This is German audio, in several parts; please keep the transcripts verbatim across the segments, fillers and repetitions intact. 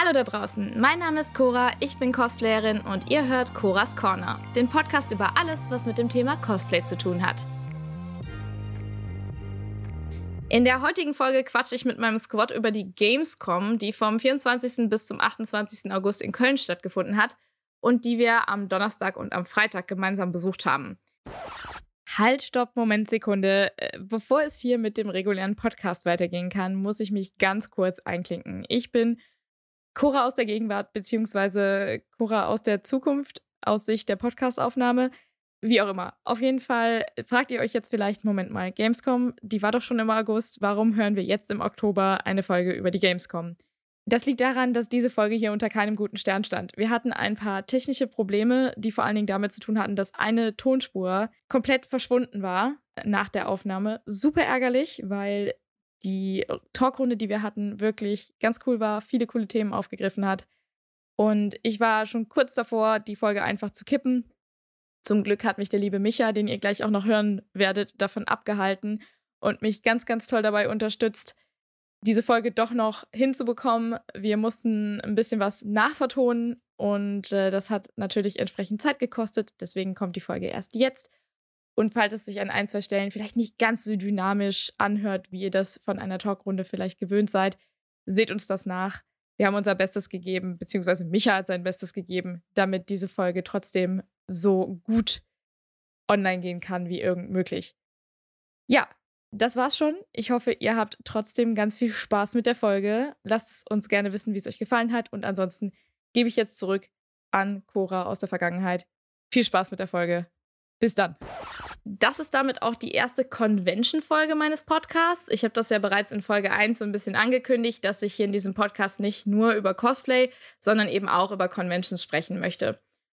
Hallo da draußen, mein Name ist Cora, ich bin Cosplayerin und ihr hört Coras Corner, den Podcast über alles, was mit dem Thema Cosplay zu tun hat. In der heutigen Folge quatsche ich mit meinem Squad über die Gamescom, die vom vierundzwanzigsten bis zum achtundzwanzigsten August in Köln stattgefunden hat und die wir am Donnerstag und am Freitag gemeinsam besucht haben. Halt, stopp, Moment, Sekunde. Bevor es hier mit dem regulären Podcast weitergehen kann, muss ich mich ganz kurz einklinken. Ich bin Cora aus der Gegenwart, beziehungsweise Cora aus der Zukunft, aus Sicht der Podcastaufnahme. Wie auch immer. Auf jeden Fall fragt ihr euch jetzt vielleicht, Moment mal, Gamescom, die war doch schon im August. Warum hören wir jetzt im Oktober eine Folge über die Gamescom? Das liegt daran, dass diese Folge hier unter keinem guten Stern stand. Wir hatten ein paar technische Probleme, die vor allen Dingen damit zu tun hatten, dass eine Tonspur komplett verschwunden war nach der Aufnahme. Super ärgerlich, weil die Talkrunde, die wir hatten, wirklich ganz cool war, viele coole Themen aufgegriffen hat. Und ich war schon kurz davor, die Folge einfach zu kippen. Zum Glück hat mich der liebe Micha, den ihr gleich auch noch hören werdet, davon abgehalten und mich ganz, ganz toll dabei unterstützt, diese Folge doch noch hinzubekommen. Wir mussten ein bisschen was nachvertonen und äh, das hat natürlich entsprechend Zeit gekostet. Deswegen kommt die Folge erst jetzt. Und falls es sich an ein, zwei Stellen vielleicht nicht ganz so dynamisch anhört, wie ihr das von einer Talkrunde vielleicht gewöhnt seid, seht uns das nach. Wir haben unser Bestes gegeben, beziehungsweise Micha hat sein Bestes gegeben, damit diese Folge trotzdem so gut online gehen kann wie irgend möglich. Ja, das war's schon. Ich hoffe, ihr habt trotzdem ganz viel Spaß mit der Folge. Lasst uns gerne wissen, wie es euch gefallen hat. Und ansonsten gebe ich jetzt zurück an Cora aus der Vergangenheit. Viel Spaß mit der Folge. Bis dann. Das ist damit auch die erste Convention-Folge meines Podcasts. Ich habe das ja bereits in Folge eins so ein bisschen angekündigt, dass ich hier in diesem Podcast nicht nur über Cosplay, sondern eben auch über Conventions sprechen möchte.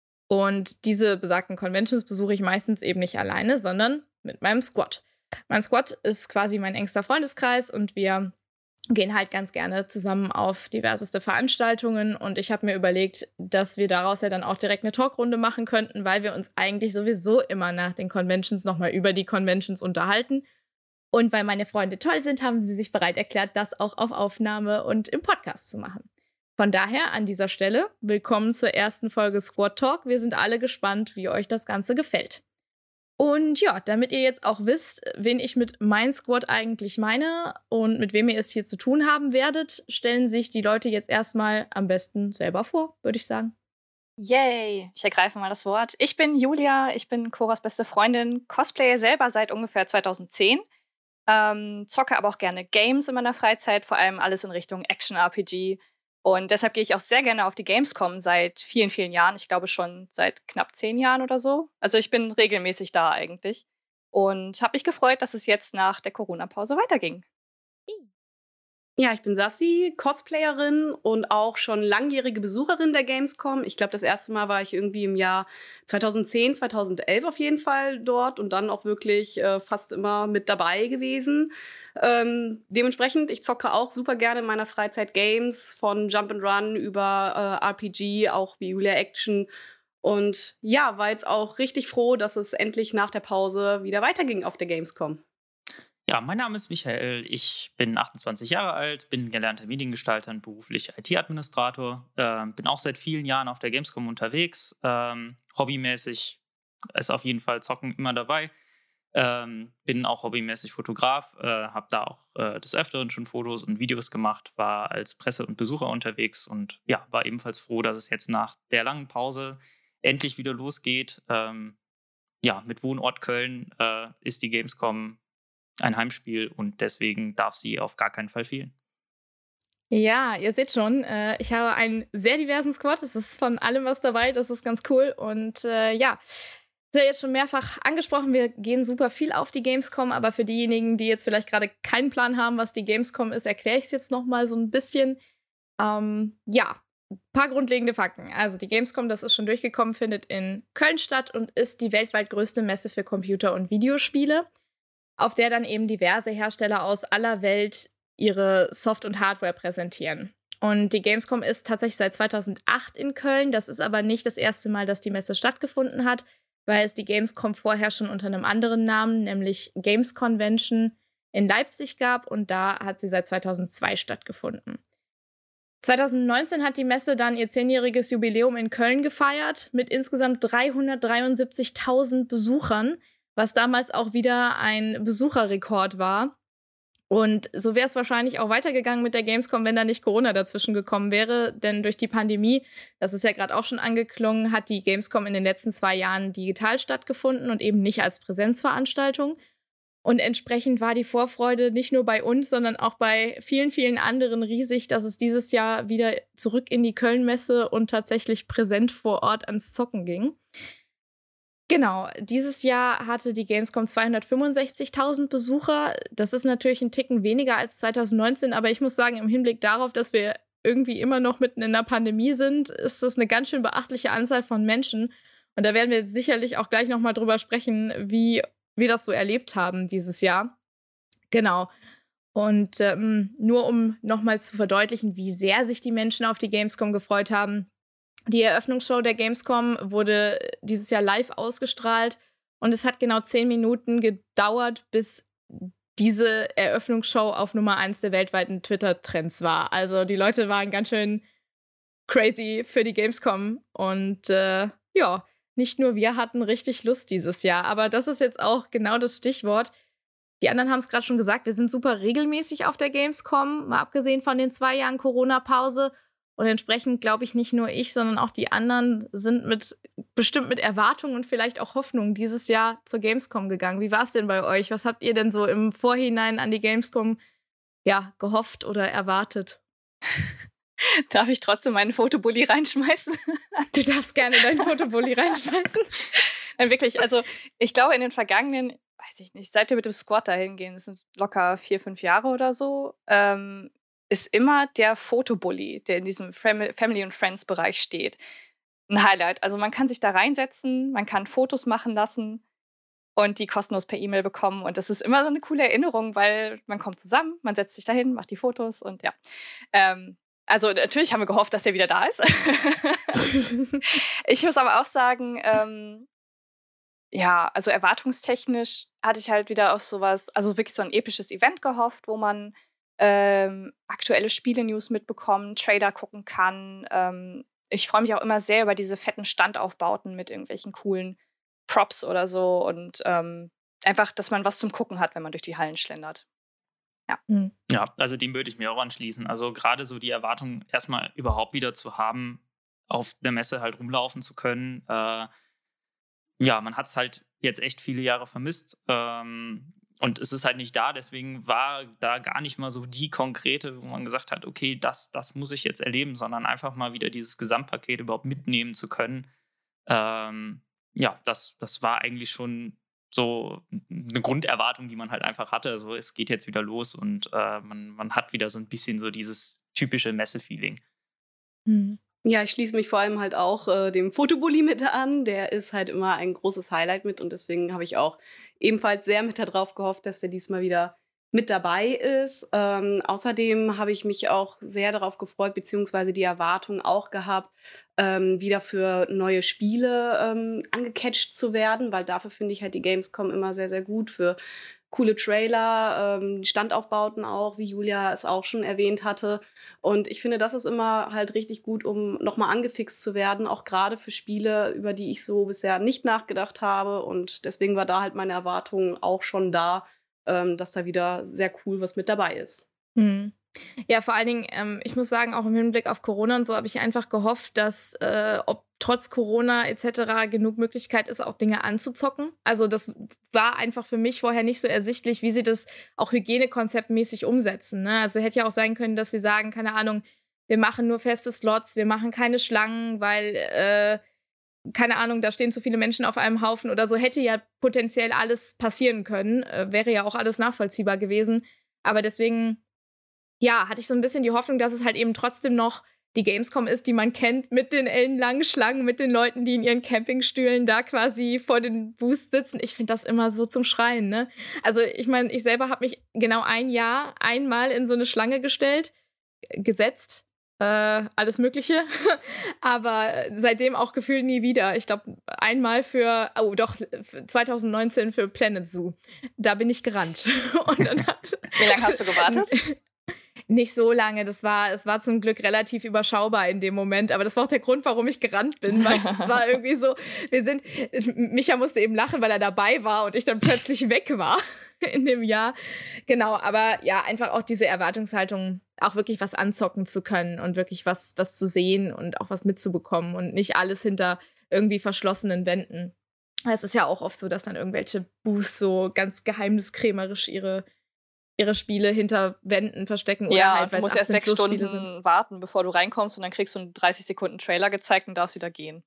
Und diese besagten Conventions besuche ich meistens eben nicht alleine, sondern mit meinem Squad. Mein Squad ist quasi mein engster Freundeskreis und wir gehen halt ganz gerne zusammen auf diverseste Veranstaltungen und ich habe mir überlegt, dass wir daraus ja dann auch direkt eine Talkrunde machen könnten, weil wir uns eigentlich sowieso immer nach den Conventions nochmal über die Conventions unterhalten. Und weil meine Freunde toll sind, haben sie sich bereit erklärt, das auch auf Aufnahme und im Podcast zu machen. Von daher an dieser Stelle willkommen zur ersten Folge Squad Talk. Wir sind alle gespannt, wie euch das Ganze gefällt. Und ja, damit ihr jetzt auch wisst, wen ich mit mein Squad eigentlich meine und mit wem ihr es hier zu tun haben werdet, stellen sich die Leute jetzt erstmal am besten selber vor, würde ich sagen. Yay, ich ergreife mal das Wort. Ich bin Julia, ich bin Coras beste Freundin, cosplaye selber seit ungefähr zweitausendzehn, ähm, zocke aber auch gerne Games in meiner Freizeit, vor allem alles in Richtung Action-R P G. Und deshalb gehe ich auch sehr gerne auf die Gamescom seit vielen, vielen Jahren. Ich glaube schon seit knapp zehn Jahren oder so. Also ich bin regelmäßig da eigentlich. Und habe mich gefreut, dass es jetzt nach der Corona-Pause weiterging. Ja, ich bin Sassi, Cosplayerin und auch schon langjährige Besucherin der Gamescom. Ich glaube, das erste Mal war ich irgendwie im Jahr zweitausendzehn, zweitausendelf auf jeden Fall dort und dann auch wirklich äh, fast immer mit dabei gewesen. Ähm, dementsprechend, ich zocke auch super gerne in meiner Freizeit Games, von Jump'n'Run über äh, R P G, auch wie Julia Action. Und ja, war jetzt auch richtig froh, dass es endlich nach der Pause wieder weiterging auf der Gamescom. Ja, mein Name ist Michael, ich bin achtundzwanzig Jahre alt, bin gelernter Mediengestalter und beruflich I T-Administrator, äh, bin auch seit vielen Jahren auf der Gamescom unterwegs, ähm, hobbymäßig ist auf jeden Fall Zocken immer dabei, ähm, bin auch hobbymäßig Fotograf, äh, habe da auch äh, des Öfteren schon Fotos und Videos gemacht, war als Presse und Besucher unterwegs und ja, war ebenfalls froh, dass es jetzt nach der langen Pause endlich wieder losgeht. Ähm, ja, mit Wohnort Köln äh, ist die Gamescom ein Heimspiel und deswegen darf sie auf gar keinen Fall fehlen. Ja, ihr seht schon, äh, ich habe einen sehr diversen Squad. Es ist von allem was dabei, das ist ganz cool. Und äh, ja, ist ja jetzt schon mehrfach angesprochen, wir gehen super viel auf die Gamescom, aber für diejenigen, die jetzt vielleicht gerade keinen Plan haben, was die Gamescom ist, erkläre ich es jetzt noch mal so ein bisschen. Ähm, ja, ein paar grundlegende Fakten. Also die Gamescom, das ist schon durchgekommen, findet in Köln statt und ist die weltweit größte Messe für Computer- und Videospiele, auf der dann eben diverse Hersteller aus aller Welt ihre Soft- und Hardware präsentieren. Und die Gamescom ist tatsächlich seit zweitausendacht in Köln. Das ist aber nicht das erste Mal, dass die Messe stattgefunden hat, weil es die Gamescom vorher schon unter einem anderen Namen, nämlich Games Convention, in Leipzig gab. Und da hat sie seit zweitausendzwei stattgefunden. zwanzig neunzehn hat die Messe dann ihr zehnjähriges Jubiläum in Köln gefeiert mit insgesamt dreihundertdreiundsiebzigtausend Besuchern, was damals auch wieder ein Besucherrekord war. Und so wäre es wahrscheinlich auch weitergegangen mit der Gamescom, wenn da nicht Corona dazwischen gekommen wäre. Denn durch die Pandemie, das ist ja gerade auch schon angeklungen, hat die Gamescom in den letzten zwei Jahren digital stattgefunden und eben nicht als Präsenzveranstaltung. Und entsprechend war die Vorfreude nicht nur bei uns, sondern auch bei vielen, vielen anderen riesig, dass es dieses Jahr wieder zurück in die Köln-Messe und tatsächlich präsent vor Ort ans Zocken ging. Genau, dieses Jahr hatte die Gamescom zweihundertfünfundsechzigtausend Besucher. Das ist natürlich ein Ticken weniger als zwanzig neunzehn, aber ich muss sagen, im Hinblick darauf, dass wir irgendwie immer noch mitten in der Pandemie sind, ist das eine ganz schön beachtliche Anzahl von Menschen. Und da werden wir sicherlich auch gleich nochmal drüber sprechen, wie wir das so erlebt haben dieses Jahr. Genau. Und ähm, nur um nochmal zu verdeutlichen, wie sehr sich die Menschen auf die Gamescom gefreut haben. Die Eröffnungsshow der Gamescom wurde dieses Jahr live ausgestrahlt und es hat genau zehn Minuten gedauert, bis diese Eröffnungsshow auf Nummer eins der weltweiten Twitter-Trends war. Also die Leute waren ganz schön crazy für die Gamescom und äh, ja, nicht nur wir hatten richtig Lust dieses Jahr, aber das ist jetzt auch genau das Stichwort. Die anderen haben es gerade schon gesagt, wir sind super regelmäßig auf der Gamescom, mal abgesehen von den zwei Jahren Corona-Pause. Und entsprechend glaube ich, nicht nur ich, sondern auch die anderen sind mit bestimmt mit Erwartungen und vielleicht auch Hoffnungen dieses Jahr zur Gamescom gegangen. Wie war es denn bei euch? Was habt ihr denn so im Vorhinein an die Gamescom ja, gehofft oder erwartet? Darf ich trotzdem meinen Fotobully reinschmeißen? Du darfst gerne deinen Fotobully reinschmeißen. Nein, wirklich, also ich glaube in den vergangenen, weiß ich nicht, seit wir mit dem Squad dahin gehen, das sind locker vier, fünf Jahre oder so, ähm, ist immer der Fotobully, der in diesem Family- und Friends-Bereich steht, ein Highlight. Also man kann sich da reinsetzen, man kann Fotos machen lassen und die kostenlos per E-Mail bekommen. Und das ist immer so eine coole Erinnerung, weil man kommt zusammen, man setzt sich dahin, macht die Fotos und ja. Ähm, also natürlich haben wir gehofft, dass der wieder da ist. Ich muss aber auch sagen, ähm, ja, also erwartungstechnisch hatte ich halt wieder auf sowas, also wirklich so ein episches Event gehofft, wo man Ähm, aktuelle Spiele-News mitbekommen, Trailer gucken kann. Ähm, ich freue mich auch immer sehr über diese fetten Standaufbauten mit irgendwelchen coolen Props oder so und ähm, einfach, dass man was zum Gucken hat, wenn man durch die Hallen schlendert. Ja. Mhm. Ja, also dem würde ich mir auch anschließen. Also gerade so die Erwartung, erstmal überhaupt wieder zu haben, auf der Messe halt rumlaufen zu können. Äh, ja, man hat es halt jetzt echt viele Jahre vermisst. Ähm, Und es ist halt nicht da, deswegen war da gar nicht mal so die konkrete, wo man gesagt hat, okay, das, das muss ich jetzt erleben, sondern einfach mal wieder dieses Gesamtpaket überhaupt mitnehmen zu können. Ähm, ja, das, das war eigentlich schon so eine Grunderwartung, die man halt einfach hatte. Also es geht jetzt wieder los und äh, man, man hat wieder so ein bisschen so dieses typische Messe-Feeling. Mhm. Ja, ich schließe mich vor allem halt auch äh, dem Fotobully mit an. Der ist halt immer ein großes Highlight mit und deswegen habe ich auch ebenfalls sehr mit darauf gehofft, dass der diesmal wieder mit dabei ist. Ähm, außerdem habe ich mich auch sehr darauf gefreut, beziehungsweise die Erwartung auch gehabt, ähm, wieder für neue Spiele ähm, angecatcht zu werden, weil dafür finde ich halt die Gamescom immer sehr, sehr gut für coole Trailer, ähm, Standaufbauten auch, wie Julia es auch schon erwähnt hatte. Und ich finde, das ist immer halt richtig gut, um nochmal angefixt zu werden, auch gerade für Spiele, über die ich so bisher nicht nachgedacht habe. Und deswegen war da halt meine Erwartung auch schon da, ähm, dass da wieder sehr cool was mit dabei ist. Hm. Ja, vor allen Dingen, ähm, ich muss sagen, auch im Hinblick auf Corona und so habe ich einfach gehofft, dass äh, ob trotz Corona et cetera genug Möglichkeit ist, auch Dinge anzuzocken. Also das war einfach für mich vorher nicht so ersichtlich, wie sie das auch hygienekonzeptmäßig umsetzen. Ne? Also hätte ja auch sein können, dass sie sagen, keine Ahnung, wir machen nur feste Slots, wir machen keine Schlangen, weil, äh, keine Ahnung, da stehen zu viele Menschen auf einem Haufen oder so. Hätte ja potenziell alles passieren können, äh, wäre ja auch alles nachvollziehbar gewesen. Aber deswegen, ja, hatte ich so ein bisschen die Hoffnung, dass es halt eben trotzdem noch die Gamescom ist, die man kennt, mit den ellenlangen Schlangen, mit den Leuten, die in ihren Campingstühlen da quasi vor den Booths sitzen. Ich finde das immer so zum Schreien, ne? Also ich meine, ich selber habe mich genau ein Jahr einmal in so eine Schlange gestellt, gesetzt, äh, alles Mögliche, aber seitdem auch gefühlt nie wieder. Ich glaube, einmal für, oh doch, zwanzig neunzehn für Planet Zoo. Da bin ich gerannt. Und dann hat, Wie lange hast du gewartet? Nicht so lange, das war, es war zum Glück relativ überschaubar in dem Moment, aber das war auch der Grund, warum ich gerannt bin, weil es war irgendwie so, wir sind, Micha musste eben lachen, weil er dabei war und ich dann plötzlich weg war in dem Jahr. Genau, aber ja, einfach auch diese Erwartungshaltung, auch wirklich was anzocken zu können und wirklich was, was zu sehen und auch was mitzubekommen und nicht alles hinter irgendwie verschlossenen Wänden. Es ist ja auch oft so, dass dann irgendwelche Booths so ganz geheimniskrämerisch ihre ihre Spiele hinter Wänden verstecken. Oder ja, halt, du musst erst sechs Stunden sind. warten, bevor du reinkommst und dann kriegst du einen dreißig Sekunden Trailer gezeigt und darfst wieder gehen.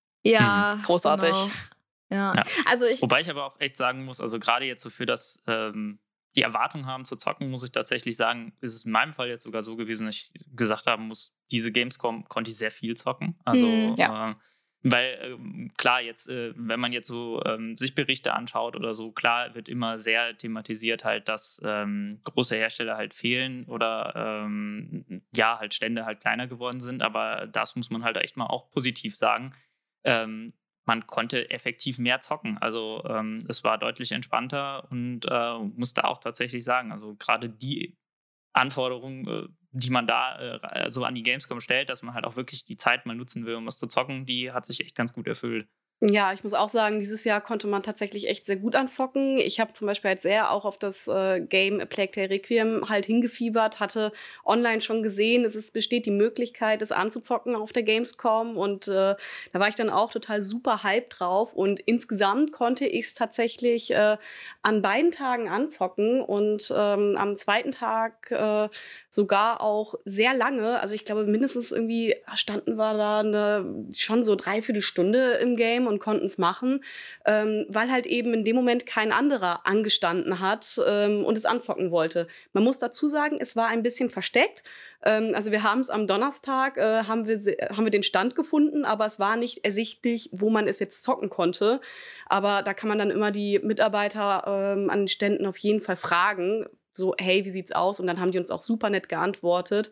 Ja, großartig. Genau. Ja. Ja. Also ich, Wobei ich aber auch echt sagen muss, also gerade jetzt so für das ähm, die Erwartung haben zu zocken, muss ich tatsächlich sagen, ist es in meinem Fall jetzt sogar so gewesen, dass ich gesagt haben muss, diese Gamescom konnte ich sehr viel zocken. Also hm, ja. äh, Weil, ähm, klar, jetzt, äh, wenn man jetzt so ähm, sich Berichte anschaut oder so, klar wird immer sehr thematisiert halt, dass ähm, große Hersteller halt fehlen oder ähm, ja, halt Stände halt kleiner geworden sind, aber das muss man halt echt mal auch positiv sagen. Ähm, man konnte effektiv mehr zocken, also ähm, es war deutlich entspannter und äh, muss da auch tatsächlich sagen, also gerade die Anforderungen, äh, die man da äh, so an die Gamescom stellt, dass man halt auch wirklich die Zeit mal nutzen will, um was zu zocken, die hat sich echt ganz gut erfüllt. Ja, ich muss auch sagen, dieses Jahr konnte man tatsächlich echt sehr gut anzocken. Ich habe zum Beispiel halt sehr auch auf das äh, Game A Plague Tale Requiem halt hingefiebert, hatte online schon gesehen, es ist, besteht die Möglichkeit, es anzuzocken auf der Gamescom und äh, da war ich dann auch total super hyped drauf und insgesamt konnte ich es tatsächlich äh, an beiden Tagen anzocken und ähm, am zweiten Tag äh, sogar auch sehr lange, also ich glaube mindestens irgendwie standen wir da eine, schon so dreiviertel Stunde im Game und konnten es machen, ähm, weil halt eben in dem Moment kein anderer angestanden hat ähm, und es anzocken wollte. Man muss dazu sagen, es war ein bisschen versteckt. Ähm, also wir haben es am Donnerstag, äh, haben, wir, haben wir den Stand gefunden, aber es war nicht ersichtlich, wo man es jetzt zocken konnte. Aber da kann man dann immer die Mitarbeiter ähm, an den Ständen auf jeden Fall fragen, so, hey, wie sieht's aus? Und dann haben die uns auch super nett geantwortet.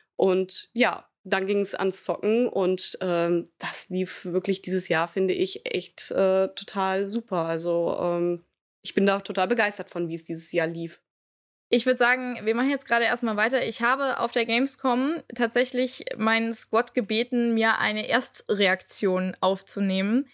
Und ja, dann ging es ans Zocken und ähm, das lief wirklich dieses Jahr, finde ich, echt äh, total super. Also ähm, ich bin da total begeistert von, wie es dieses Jahr lief. Ich würde sagen, wir machen jetzt gerade erstmal weiter. Ich habe auf der Gamescom tatsächlich meinen Squad gebeten, mir eine Erstreaktion aufzunehmen.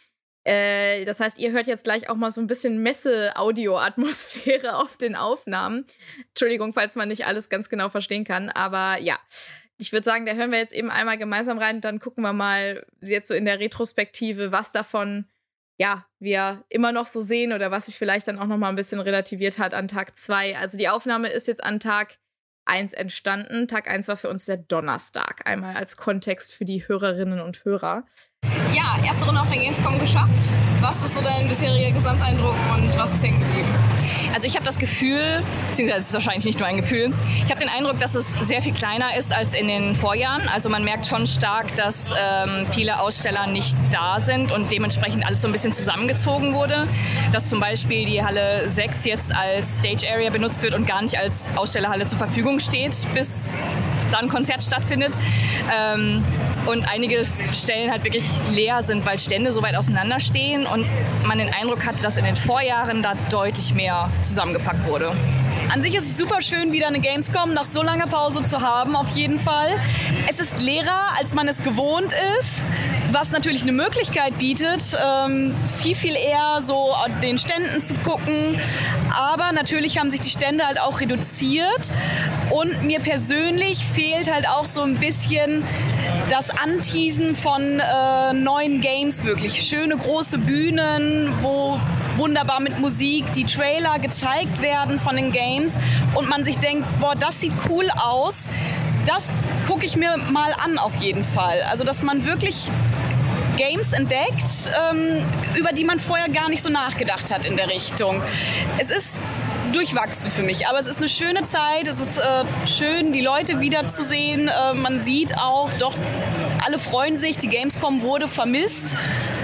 Äh, das heißt, ihr hört jetzt gleich auch mal so ein bisschen Messe-Audio-Atmosphäre auf den Aufnahmen. Entschuldigung, falls man nicht alles ganz genau verstehen kann, aber ja. Ich würde sagen, da hören wir jetzt eben einmal gemeinsam rein, dann gucken wir mal jetzt so in der Retrospektive, was davon ja, wir immer noch so sehen oder was sich vielleicht dann auch noch mal ein bisschen relativiert hat an Tag zwei. Also die Aufnahme ist jetzt an Tag eins entstanden. Tag eins war für uns der Donnerstag. Einmal als Kontext für die Hörerinnen und Hörer. Ja, erste Runde auf der Gamescom geschafft. Was ist so dein bisheriger Gesamteindruck und was ist hängen geblieben? Also ich habe das Gefühl, beziehungsweise es ist wahrscheinlich nicht nur ein Gefühl, ich habe den Eindruck, dass es sehr viel kleiner ist als in den Vorjahren. Also man merkt schon stark, dass ähm, viele Aussteller nicht da sind und dementsprechend alles so ein bisschen zusammengezogen wurde. Dass zum Beispiel die Halle sechs jetzt als Stage Area benutzt wird und gar nicht als Ausstellerhalle zur Verfügung steht, bis dann ein Konzert stattfindet. Ähm, und einige Stellen halt wirklich leer sind, weil Stände so weit auseinander stehen und man den Eindruck hatte, dass in den Vorjahren da deutlich mehr zusammengepackt wurde. An sich ist es super schön, wieder eine Gamescom nach so langer Pause zu haben, auf jeden Fall. Es ist leerer, als man es gewohnt ist, was natürlich eine Möglichkeit bietet, ähm, viel, viel eher so an den Ständen zu gucken. Aber natürlich haben sich die Stände halt auch reduziert. Und mir persönlich fehlt halt auch so ein bisschen das Anteasen von äh, neuen Games wirklich. Schöne große Bühnen, wo wunderbar mit Musik die Trailer gezeigt werden von den Games und man sich denkt, boah, das sieht cool aus. Das gucke ich mir mal an auf jeden Fall. Also, dass man wirklich Games entdeckt, ähm, über die man vorher gar nicht so nachgedacht hat in der Richtung. Es ist durchwachsen für mich, aber es ist eine schöne Zeit, es ist äh, schön, die Leute wiederzusehen. Äh, man sieht auch, doch, alle freuen sich, die Gamescom wurde vermisst.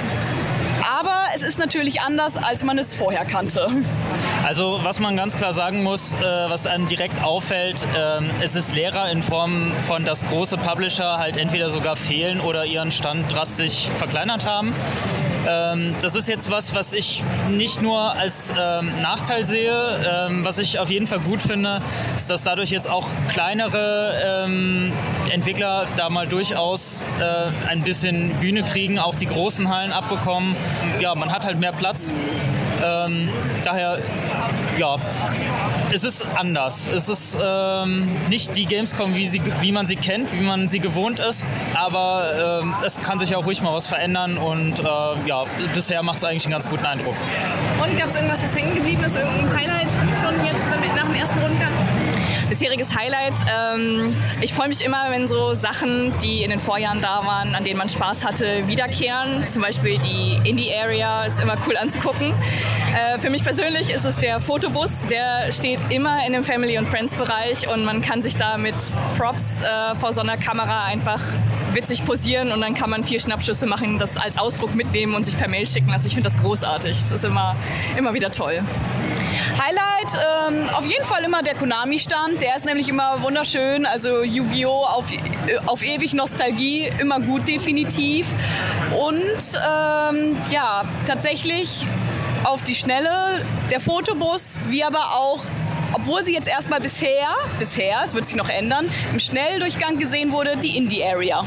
Aber es ist natürlich anders, als man es vorher kannte. Also was man ganz klar sagen muss, äh, was einem direkt auffällt, äh, es ist leerer in Form von, dass große Publisher halt entweder sogar fehlen oder ihren Stand drastisch verkleinert haben. Ähm, das ist jetzt was, was ich nicht nur als ähm, Nachteil sehe. Ähm, was ich auf jeden Fall gut finde, ist, dass dadurch jetzt auch kleinere ähm, Entwickler da mal durchaus äh, ein bisschen Bühne kriegen, auch die großen Hallen abbekommen. Ja, man hat halt mehr Platz. Ähm, daher, ja, es ist anders. Es ist ähm, nicht die Gamescom, wie, sie, wie man sie kennt, wie man sie gewohnt ist, aber ähm, es kann sich auch ruhig mal was verändern und äh, ja, bisher macht es eigentlich einen ganz guten Eindruck. Und gab es irgendwas, was hängen geblieben ist, irgendein Highlight schon jetzt nach dem ersten Rundgang? Bisheriges Highlight. Ähm, ich freue mich immer, wenn so Sachen, die in den Vorjahren da waren, an denen man Spaß hatte, wiederkehren. Zum Beispiel die Indie-Area ist immer cool anzugucken. Äh, für mich persönlich ist es der Fotobus. Der steht immer in dem Family- und Friends-Bereich und man kann sich da mit Props äh, vor so einer Kamera einfach witzig posieren und dann kann man vier Schnappschüsse machen, das als Ausdruck mitnehmen und sich per Mail schicken lassen. Ich finde das großartig. Es ist immer, immer wieder toll. Highlight, ähm, auf jeden Fall immer der Konami-Stand. Der ist nämlich immer wunderschön. Also Yu-Gi-Oh! Auf, äh, auf ewig Nostalgie, immer gut definitiv. Und ähm, ja, tatsächlich auf die Schnelle der Fotobus, wie aber auch, obwohl sie jetzt erstmal bisher, bisher, es wird sich noch ändern, im Schnelldurchgang gesehen wurde, die Indie-Area.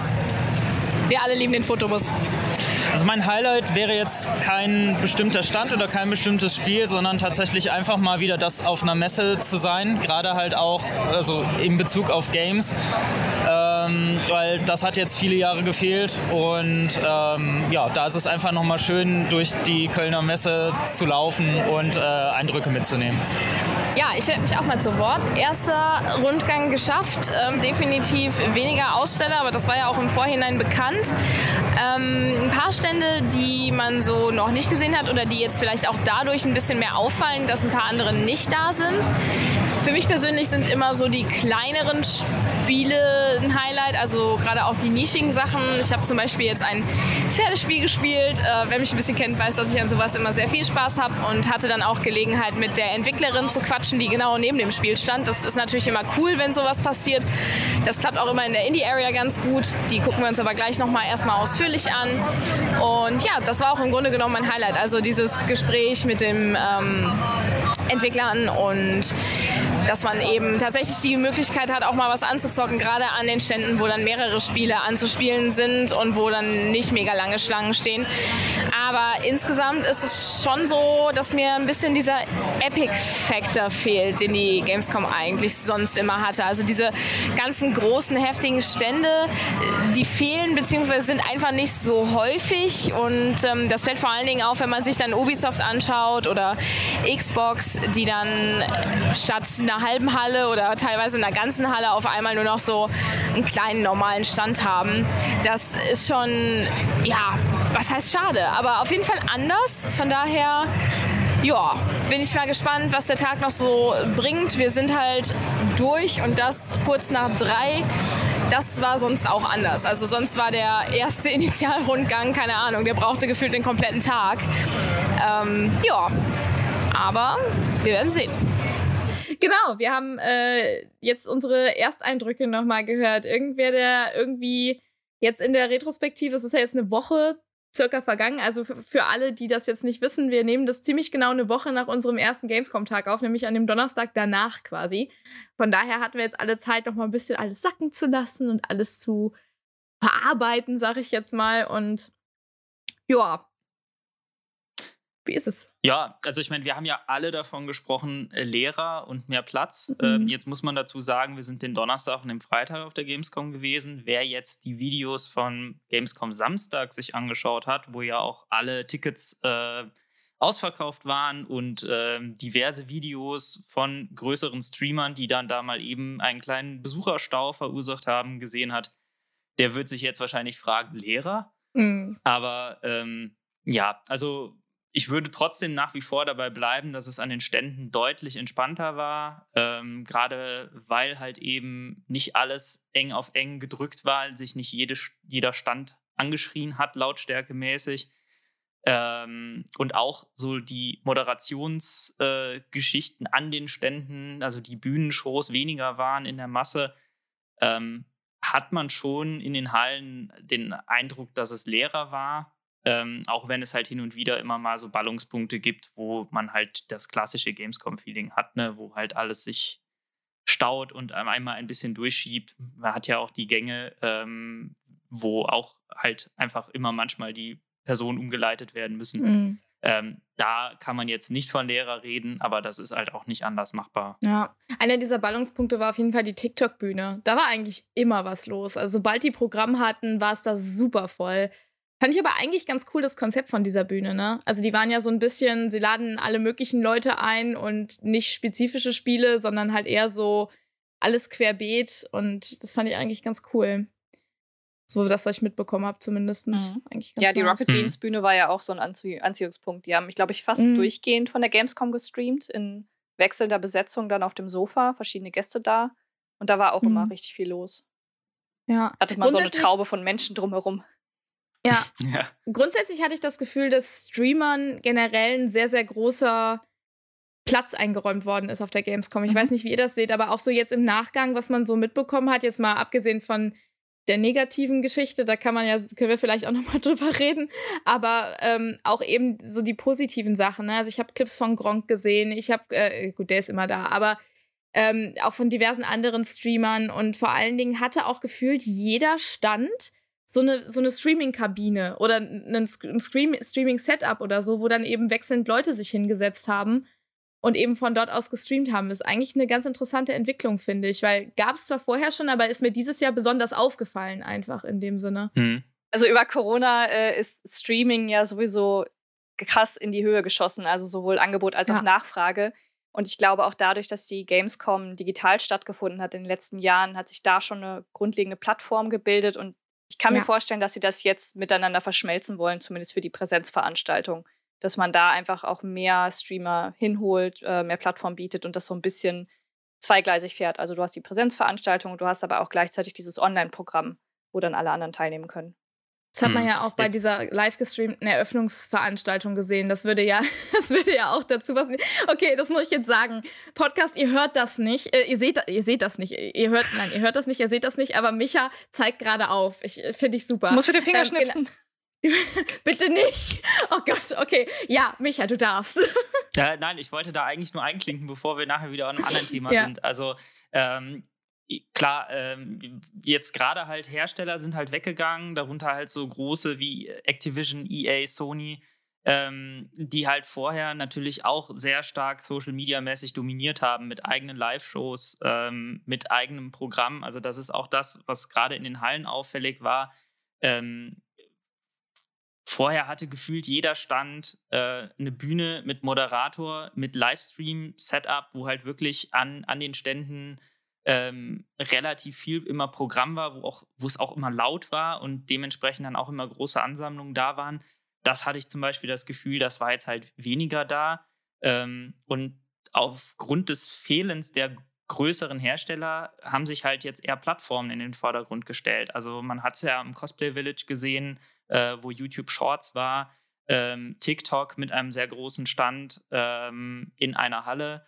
Wir alle lieben den Fotobus. Also mein Highlight wäre jetzt kein bestimmter Stand oder kein bestimmtes Spiel, sondern tatsächlich einfach mal wieder das auf einer Messe zu sein, gerade halt auch also in Bezug auf Games, ähm, weil das hat jetzt viele Jahre gefehlt und ähm, ja, da ist es einfach nochmal schön, durch die Kölner Messe zu laufen und äh, Eindrücke mitzunehmen. Ja, ich melde mich auch mal zu Wort. Erster Rundgang geschafft, ähm, definitiv weniger Aussteller, aber das war ja auch im Vorhinein bekannt. Ähm, ein paar Stände, die man so noch nicht gesehen hat oder die jetzt vielleicht auch dadurch ein bisschen mehr auffallen, dass ein paar andere nicht da sind. Für mich persönlich sind immer so die kleineren Spiele ein Highlight, also gerade auch die nischigen Sachen. Ich habe zum Beispiel jetzt ein Pferdespiel gespielt. Äh, wer mich ein bisschen kennt, weiß, dass ich an sowas immer sehr viel Spaß habe und hatte dann auch Gelegenheit, mit der Entwicklerin zu quatschen, die genau neben dem Spiel stand. Das ist natürlich immer cool, wenn sowas passiert. Das klappt auch immer in der Indie-Area ganz gut. Die gucken wir uns aber gleich nochmal erstmal ausführlich an. Und ja, das war auch im Grunde genommen mein Highlight. Also dieses Gespräch mit dem ähm, Entwicklern und dass man eben tatsächlich die Möglichkeit hat, auch mal was anzuzocken, gerade an den Ständen, wo dann mehrere Spiele anzuspielen sind und wo dann nicht mega lange Schlangen stehen. Aber insgesamt ist es schon so, dass mir ein bisschen dieser Epic-Factor fehlt, den die Gamescom eigentlich sonst immer hatte. Also diese ganzen großen, heftigen Stände, die fehlen bzw. sind einfach nicht so häufig und ähm, das fällt vor allen Dingen auf, wenn man sich dann Ubisoft anschaut oder Xbox, die dann statt einer halben Halle oder teilweise in einer ganzen Halle auf einmal nur noch so einen kleinen normalen Stand haben. Das ist schon, ja, was heißt schade, aber auf jeden Fall anders. Von daher, ja, bin ich mal gespannt, was der Tag noch so bringt. Wir sind halt durch und das kurz nach drei. Das war sonst auch anders. Also sonst war der erste Initialrundgang, keine Ahnung, der brauchte gefühlt den kompletten Tag. Ähm, ja, aber wir werden sehen. Genau, wir haben äh, jetzt unsere Ersteindrücke nochmal gehört. Irgendwer, der irgendwie jetzt in der Retrospektive, es ist ja jetzt eine Woche circa vergangen, also für, für alle, die das jetzt nicht wissen, wir nehmen das ziemlich genau eine Woche nach unserem ersten Gamescom-Tag auf, nämlich an dem Donnerstag danach quasi. Von daher hatten wir jetzt alle Zeit, nochmal ein bisschen alles sacken zu lassen und alles zu verarbeiten, sag ich jetzt mal. Und ja, wie ist es? Ja, also ich meine, wir haben ja alle davon gesprochen, äh, Lehrer und mehr Platz. Mhm. Ähm, jetzt muss man dazu sagen, wir sind den Donnerstag und den Freitag auf der Gamescom gewesen. Wer jetzt die Videos von Gamescom Samstag sich angeschaut hat, wo ja auch alle Tickets äh, ausverkauft waren und äh, diverse Videos von größeren Streamern, die dann da mal eben einen kleinen Besucherstau verursacht haben, gesehen hat, der wird sich jetzt wahrscheinlich fragen, Lehrer? Mhm. Aber ähm, ja, also ich würde trotzdem nach wie vor dabei bleiben, dass es an den Ständen deutlich entspannter war, ähm, gerade weil halt eben nicht alles eng auf eng gedrückt war, sich nicht jede, jeder Stand angeschrien hat, lautstärkemäßig. Ähm, und auch so die Moderationsgeschichten äh, an den Ständen, also die Bühnenshows weniger waren in der Masse, ähm, hat man schon in den Hallen den Eindruck, dass es leerer war. Ähm, auch wenn es halt hin und wieder immer mal so Ballungspunkte gibt, wo man halt das klassische Gamescom-Feeling hat, ne? Wo halt alles sich staut und einmal ein bisschen durchschiebt. Man hat ja auch die Gänge, ähm, wo auch halt einfach immer manchmal die Personen umgeleitet werden müssen. Mhm. Ähm, da kann man jetzt nicht von Lehrer reden, aber das ist halt auch nicht anders machbar. Ja, einer dieser Ballungspunkte war auf jeden Fall die TikTok-Bühne. Da war eigentlich immer was los. Also sobald die Programm hatten, war es da super voll. Fand ich aber eigentlich ganz cool, das Konzept von dieser Bühne, ne? Also die waren ja so ein bisschen, sie laden alle möglichen Leute ein und nicht spezifische Spiele, sondern halt eher so alles querbeet und das fand ich eigentlich ganz cool. So das, was ich mitbekommen habe, zumindest. Mhm. Eigentlich ganz Ja, die nice. Rocket Beans Bühne war ja auch so ein Anzie- Anziehungspunkt. Die haben, ich glaube, ich fast Mhm. durchgehend von der Gamescom gestreamt, in wechselnder Besetzung dann auf dem Sofa, verschiedene Gäste da. Und da war auch Mhm. immer richtig viel los. Ja. Hatte man so eine Grundsätzlich- Traube von Menschen drumherum. Ja, Ja. grundsätzlich hatte ich das Gefühl, dass Streamern generell ein sehr, sehr großer Platz eingeräumt worden ist auf der Gamescom. Ich Mhm. weiß nicht, wie ihr das seht, aber auch so jetzt im Nachgang, was man so mitbekommen hat, jetzt mal abgesehen von der negativen Geschichte, da kann man ja, können wir vielleicht auch nochmal drüber reden, aber ähm, auch eben so die positiven Sachen. Ne? Also ich habe Clips von Gronkh gesehen, ich habe, äh, gut, der ist immer da, aber ähm, auch von diversen anderen Streamern und vor allen Dingen hatte auch gefühlt jeder Stand so eine, so eine Streaming-Kabine oder ein, Sc- ein Stream- Streaming-Setup oder so, wo dann eben wechselnd Leute sich hingesetzt haben und eben von dort aus gestreamt haben. Ist eigentlich eine ganz interessante Entwicklung, finde ich, weil gab es zwar vorher schon, aber ist mir dieses Jahr besonders aufgefallen einfach in dem Sinne. Hm. Also über Corona äh, ist Streaming ja sowieso krass in die Höhe geschossen, also sowohl Angebot als Ja. auch Nachfrage. Und ich glaube auch dadurch, dass die Gamescom digital stattgefunden hat in den letzten Jahren, hat sich da schon eine grundlegende Plattform gebildet. Und ich kann Ja. mir vorstellen, dass sie das jetzt miteinander verschmelzen wollen, zumindest für die Präsenzveranstaltung. Dass man da einfach auch mehr Streamer hinholt, äh, mehr Plattform bietet und das so ein bisschen zweigleisig fährt. Also du hast die Präsenzveranstaltung, du hast aber auch gleichzeitig dieses Online-Programm, wo dann alle anderen teilnehmen können. Das hat man Hm. ja auch bei Jetzt- dieser live gestreamten Eröffnungsveranstaltung gesehen. Das würde ja, das würde ja auch dazu passen. Okay, das muss ich jetzt sagen. Podcast, ihr hört das nicht. Äh, ihr, seht, ihr seht das nicht. Ihr hört, nein, ihr hört das nicht, ihr seht das nicht, aber Micha zeigt gerade auf. Ich äh, finde ich super. Du musst mit dem Finger Ähm, schnipsen. Bitte nicht. Oh Gott, okay. Ja, Micha, du darfst. Ja, nein, ich wollte da eigentlich nur einklinken, bevor wir nachher wieder an einem anderen Thema Ja. sind. Also ähm, i- klar, ähm, jetzt gerade halt Hersteller sind halt weggegangen, darunter halt so große wie Activision, E A, Sony, ähm, die halt vorher natürlich auch sehr stark Social-Media-mäßig dominiert haben mit eigenen Live-Shows, ähm, mit eigenem Programm. Also das ist auch das, was gerade in den Hallen auffällig war. Ähm, Vorher hatte gefühlt jeder Stand äh, eine Bühne mit Moderator, mit Livestream-Setup, wo halt wirklich an, an den Ständen ähm, relativ viel immer Programm war, wo, auch, wo es auch immer laut war und dementsprechend dann auch immer große Ansammlungen da waren. Das hatte ich zum Beispiel das Gefühl, das war jetzt halt weniger da. Ähm, und aufgrund des Fehlens der größeren Hersteller haben sich halt jetzt eher Plattformen in den Vordergrund gestellt. Also man hat es ja im Cosplay Village gesehen, äh, wo YouTube Shorts war, ähm, TikTok mit einem sehr großen Stand ähm, in einer Halle.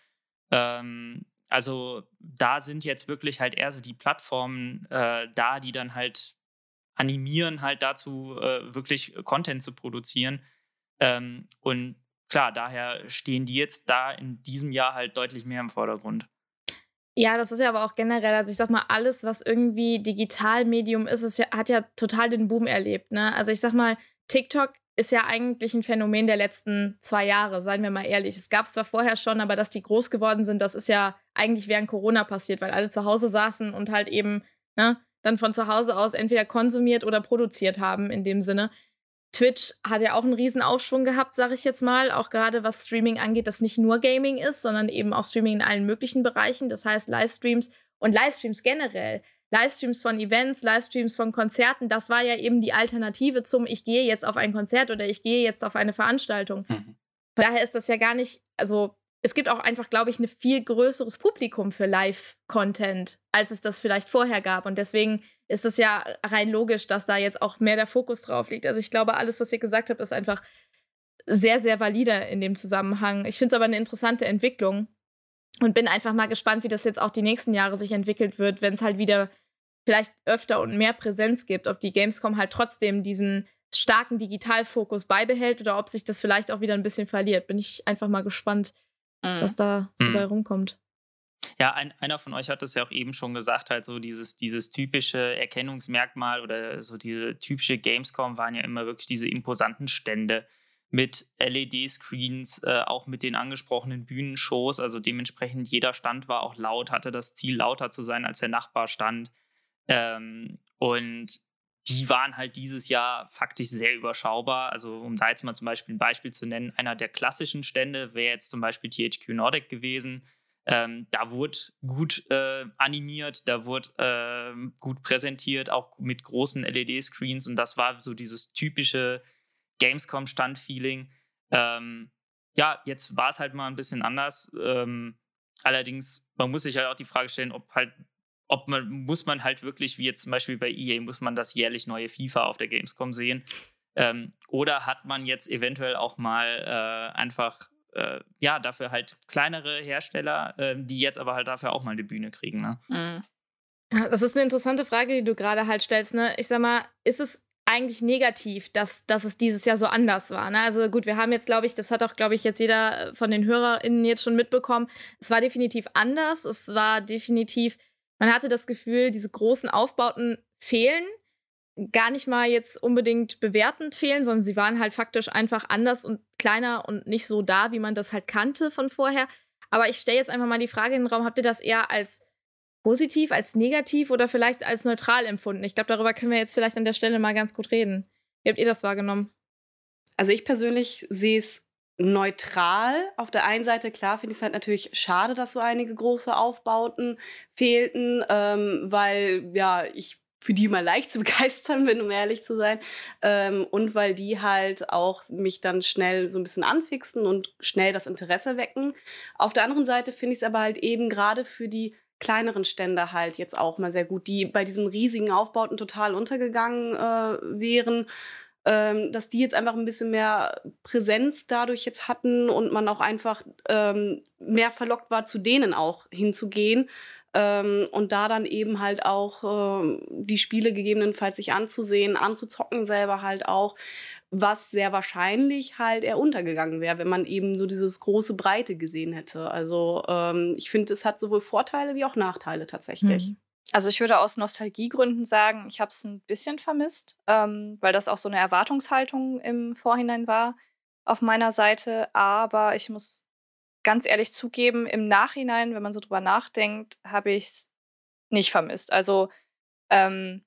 Ähm, also da sind jetzt wirklich halt eher so die Plattformen äh, da, die dann halt animieren, halt dazu äh, wirklich Content zu produzieren. Ähm, und klar, daher stehen die jetzt da in diesem Jahr halt deutlich mehr im Vordergrund. Ja, das ist ja aber auch generell, also ich sag mal, alles, was irgendwie Digitalmedium ist, ist ja, hat ja total den Boom erlebt, ne? Also ich sag mal, TikTok ist ja eigentlich ein Phänomen der letzten zwei Jahre, seien wir mal ehrlich. Es gab es zwar vorher schon, aber dass die groß geworden sind, das ist ja eigentlich während Corona passiert, weil alle zu Hause saßen und halt eben, ne, dann von zu Hause aus entweder konsumiert oder produziert haben in dem Sinne. Twitch hat ja auch einen riesen Aufschwung gehabt, sage ich jetzt mal, auch gerade was Streaming angeht, das nicht nur Gaming ist, sondern eben auch Streaming in allen möglichen Bereichen, das heißt Livestreams und Livestreams generell, Livestreams von Events, Livestreams von Konzerten, das war ja eben die Alternative zum ich gehe jetzt auf ein Konzert oder ich gehe jetzt auf eine Veranstaltung. Mhm. Von daher ist das ja gar nicht, also es gibt auch einfach, glaube ich, ein viel größeres Publikum für Live-Content, als es das vielleicht vorher gab und deswegen ist es ja rein logisch, dass da jetzt auch mehr der Fokus drauf liegt. Also ich glaube, alles, was ihr gesagt habt, ist einfach sehr, sehr valide in dem Zusammenhang. Ich finde es aber eine interessante Entwicklung und bin einfach mal gespannt, wie das jetzt auch die nächsten Jahre sich entwickelt wird, wenn es halt wieder vielleicht öfter und mehr Präsenz gibt, ob die Gamescom halt trotzdem diesen starken Digitalfokus beibehält oder ob sich das vielleicht auch wieder ein bisschen verliert. Bin ich einfach mal gespannt, mhm. was da so mhm. bei rumkommt. Ja, ein, einer von euch hat das ja auch eben schon gesagt, halt so dieses, dieses typische Erkennungsmerkmal oder so diese typische Gamescom waren ja immer wirklich diese imposanten Stände mit L E D-Screens, äh, auch mit den angesprochenen Bühnenshows, also dementsprechend jeder Stand war auch laut, hatte das Ziel, lauter zu sein als der Nachbarstand. Ähm, und die waren halt dieses Jahr faktisch sehr überschaubar. Also um da jetzt mal zum Beispiel ein Beispiel zu nennen, einer der klassischen Stände wäre jetzt zum Beispiel T H Q Nordic gewesen. Ähm, da wurde gut äh, animiert, da wurde äh, gut präsentiert, auch mit großen L E D-Screens und das war so dieses typische Gamescom-Stand-Feeling. Ähm, ja, jetzt war es halt mal ein bisschen anders. Ähm, allerdings, man muss sich halt auch die Frage stellen, ob halt, ob man, muss man halt wirklich, wie jetzt zum Beispiel bei E A, muss man das jährlich neue FIFA auf der Gamescom sehen? Ähm, oder hat man jetzt eventuell auch mal äh, einfach Äh, ja, dafür halt kleinere Hersteller, äh, die jetzt aber halt dafür auch mal eine Bühne kriegen, ne? Mhm. Ja, das ist eine interessante Frage, die du gerade halt stellst, ne? Ich sag mal, ist es eigentlich negativ, dass, dass es dieses Jahr so anders war, ne? Also gut, wir haben jetzt, glaube ich, das hat auch, glaube ich, jetzt jeder von den HörerInnen jetzt schon mitbekommen, es war definitiv anders, es war definitiv, man hatte das Gefühl, diese großen Aufbauten fehlen, gar nicht mal jetzt unbedingt bewertend fehlen, sondern sie waren halt faktisch einfach anders und kleiner und nicht so da, wie man das halt kannte von vorher. Aber ich stelle jetzt einfach mal die Frage in den Raum, habt ihr das eher als positiv, als negativ oder vielleicht als neutral empfunden? Ich glaube, darüber können wir jetzt vielleicht an der Stelle mal ganz gut reden. Wie habt ihr das wahrgenommen? Also ich persönlich sehe es neutral. Auf der einen Seite, klar, finde ich es halt natürlich schade, dass so einige große Aufbauten fehlten, ähm, weil, ja, ich für die mal leicht zu begeistern bin, um ehrlich zu sein. Ähm, und weil die halt auch mich dann schnell so ein bisschen anfixen und schnell das Interesse wecken. Auf der anderen Seite finde ich es aber halt eben gerade für die kleineren Stände halt jetzt auch mal sehr gut, die bei diesen riesigen Aufbauten total untergegangen äh, wären, ähm, dass die jetzt einfach ein bisschen mehr Präsenz dadurch jetzt hatten und man auch einfach ähm, mehr verlockt war, zu denen auch hinzugehen. Ähm, und da dann eben halt auch ähm, die Spiele gegebenenfalls sich anzusehen, anzuzocken selber halt auch, was sehr wahrscheinlich halt eher untergegangen wäre, wenn man eben so dieses große Breite gesehen hätte. Also ähm, ich finde, es hat sowohl Vorteile wie auch Nachteile tatsächlich. Mhm. Also ich würde aus Nostalgiegründen sagen, ich habe es ein bisschen vermisst, ähm, weil das auch so eine Erwartungshaltung im Vorhinein war auf meiner Seite. Aber ich muss ganz ehrlich zugeben, im Nachhinein, wenn man so drüber nachdenkt, habe ich es nicht vermisst. Also, ähm,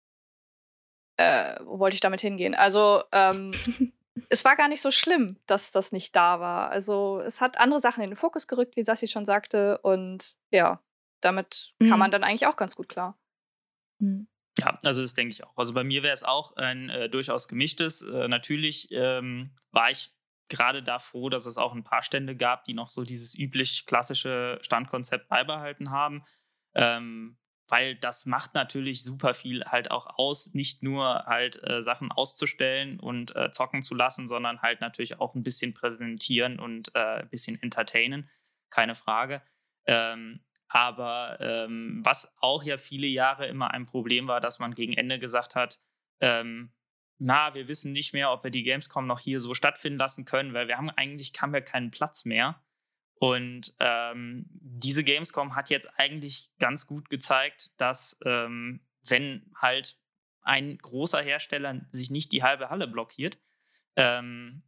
äh, wo wollte ich damit hingehen? Also, ähm, es war gar nicht so schlimm, dass das nicht da war. Also, es hat andere Sachen in den Fokus gerückt, wie Sassi schon sagte. Und ja, damit mhm. kann man dann eigentlich auch ganz gut klar. Mhm. Ja, also das denke ich auch. Also bei mir wäre es auch ein äh, durchaus gemischtes. Äh, natürlich ähm, war ich gerade da froh, dass es auch ein paar Stände gab, die noch so dieses üblich klassische Standkonzept beibehalten haben, ähm, weil das macht natürlich super viel halt auch aus, nicht nur halt äh, Sachen auszustellen und äh, zocken zu lassen, sondern halt natürlich auch ein bisschen präsentieren und äh, ein bisschen entertainen, keine Frage. Ähm, aber ähm, was auch ja viele Jahre immer ein Problem war, dass man gegen Ende gesagt hat, ähm, na, wir wissen nicht mehr, ob wir die Gamescom noch hier so stattfinden lassen können, weil wir haben eigentlich haben wir keinen Platz mehr. Und ähm, diese Gamescom hat jetzt eigentlich ganz gut gezeigt, dass ähm, wenn halt ein großer Hersteller sich nicht die halbe Halle blockiert, ähm,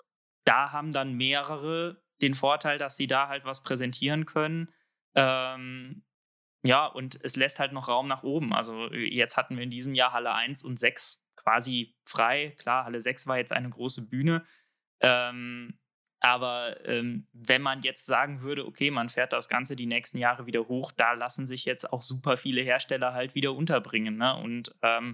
da haben dann mehrere den Vorteil, dass sie da halt was präsentieren können. Ähm, ja, und es lässt halt noch Raum nach oben. Also jetzt hatten wir in diesem Jahr Halle eins und sechs quasi frei. Klar, Halle sechs war jetzt eine große Bühne. Ähm, aber ähm, wenn man jetzt sagen würde, okay, man fährt das Ganze die nächsten Jahre wieder hoch, da lassen sich jetzt auch super viele Hersteller halt wieder unterbringen. Ne? Und ähm,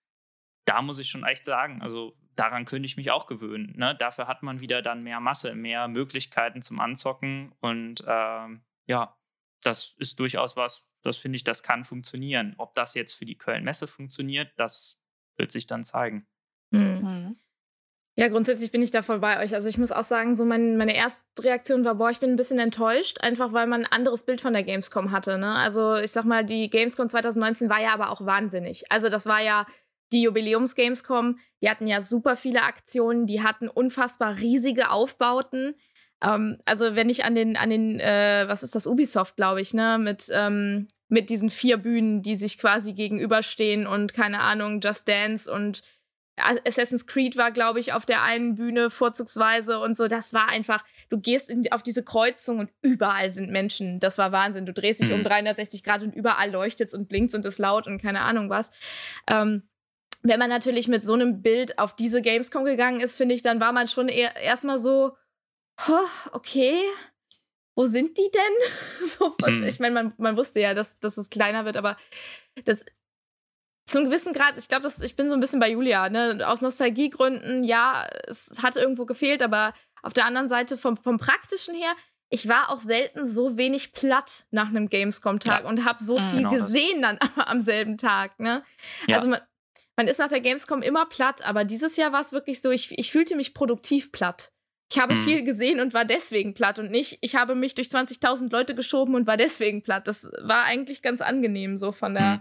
da muss ich schon echt sagen, also daran könnte ich mich auch gewöhnen. Ne? Dafür hat man wieder dann mehr Masse, mehr Möglichkeiten zum Anzocken. Und ähm, ja, das ist durchaus was, das finde ich, das kann funktionieren. Ob das jetzt für die Köln-Messe funktioniert, das wird sich dann zeigen. Mhm. Ja, grundsätzlich bin ich da voll bei euch. Also ich muss auch sagen, so mein, meine erste Reaktion war, boah, ich bin ein bisschen enttäuscht, einfach weil man ein anderes Bild von der Gamescom hatte. Ne? Also ich sag mal, die Gamescom zwanzig neunzehn war ja aber auch wahnsinnig. Also das war ja die Jubiläums-Gamescom, die hatten ja super viele Aktionen, die hatten unfassbar riesige Aufbauten. Ähm, also wenn ich an den, an den, äh, was ist das, Ubisoft, glaube ich, ne, mit, ähm, mit diesen vier Bühnen, die sich quasi gegenüberstehen und keine Ahnung, Just Dance und Assassin's Creed war, glaube ich, auf der einen Bühne vorzugsweise und so. Das war einfach, du gehst in, auf diese Kreuzung und überall sind Menschen. Das war Wahnsinn. Du drehst dich um dreihundertsechzig Grad und überall leuchtet's und blinkt's und ist laut und keine Ahnung was. Ähm, wenn man natürlich mit so einem Bild auf diese Gamescom gegangen ist, finde ich, dann war man schon eher erstmal so, oh, okay, wo sind die denn? so, ich meine, man, man wusste ja, dass, dass es kleiner wird, aber das zum gewissen Grad, ich glaube, ich bin so ein bisschen bei Julia, ne? Aus Nostalgiegründen, ja, es hat irgendwo gefehlt, aber auf der anderen Seite vom, vom Praktischen her, ich war auch selten so wenig platt nach einem Gamescom-Tag ja. und habe so viel genau gesehen das. dann am selben Tag, ne? Ja. Also man, man ist nach der Gamescom immer platt, aber dieses Jahr war es wirklich so, ich, ich fühlte mich produktiv platt. Ich habe mhm. viel gesehen und war deswegen platt und nicht, ich habe mich durch zwanzigtausend Leute geschoben und war deswegen platt. Das war eigentlich ganz angenehm, so von der mhm.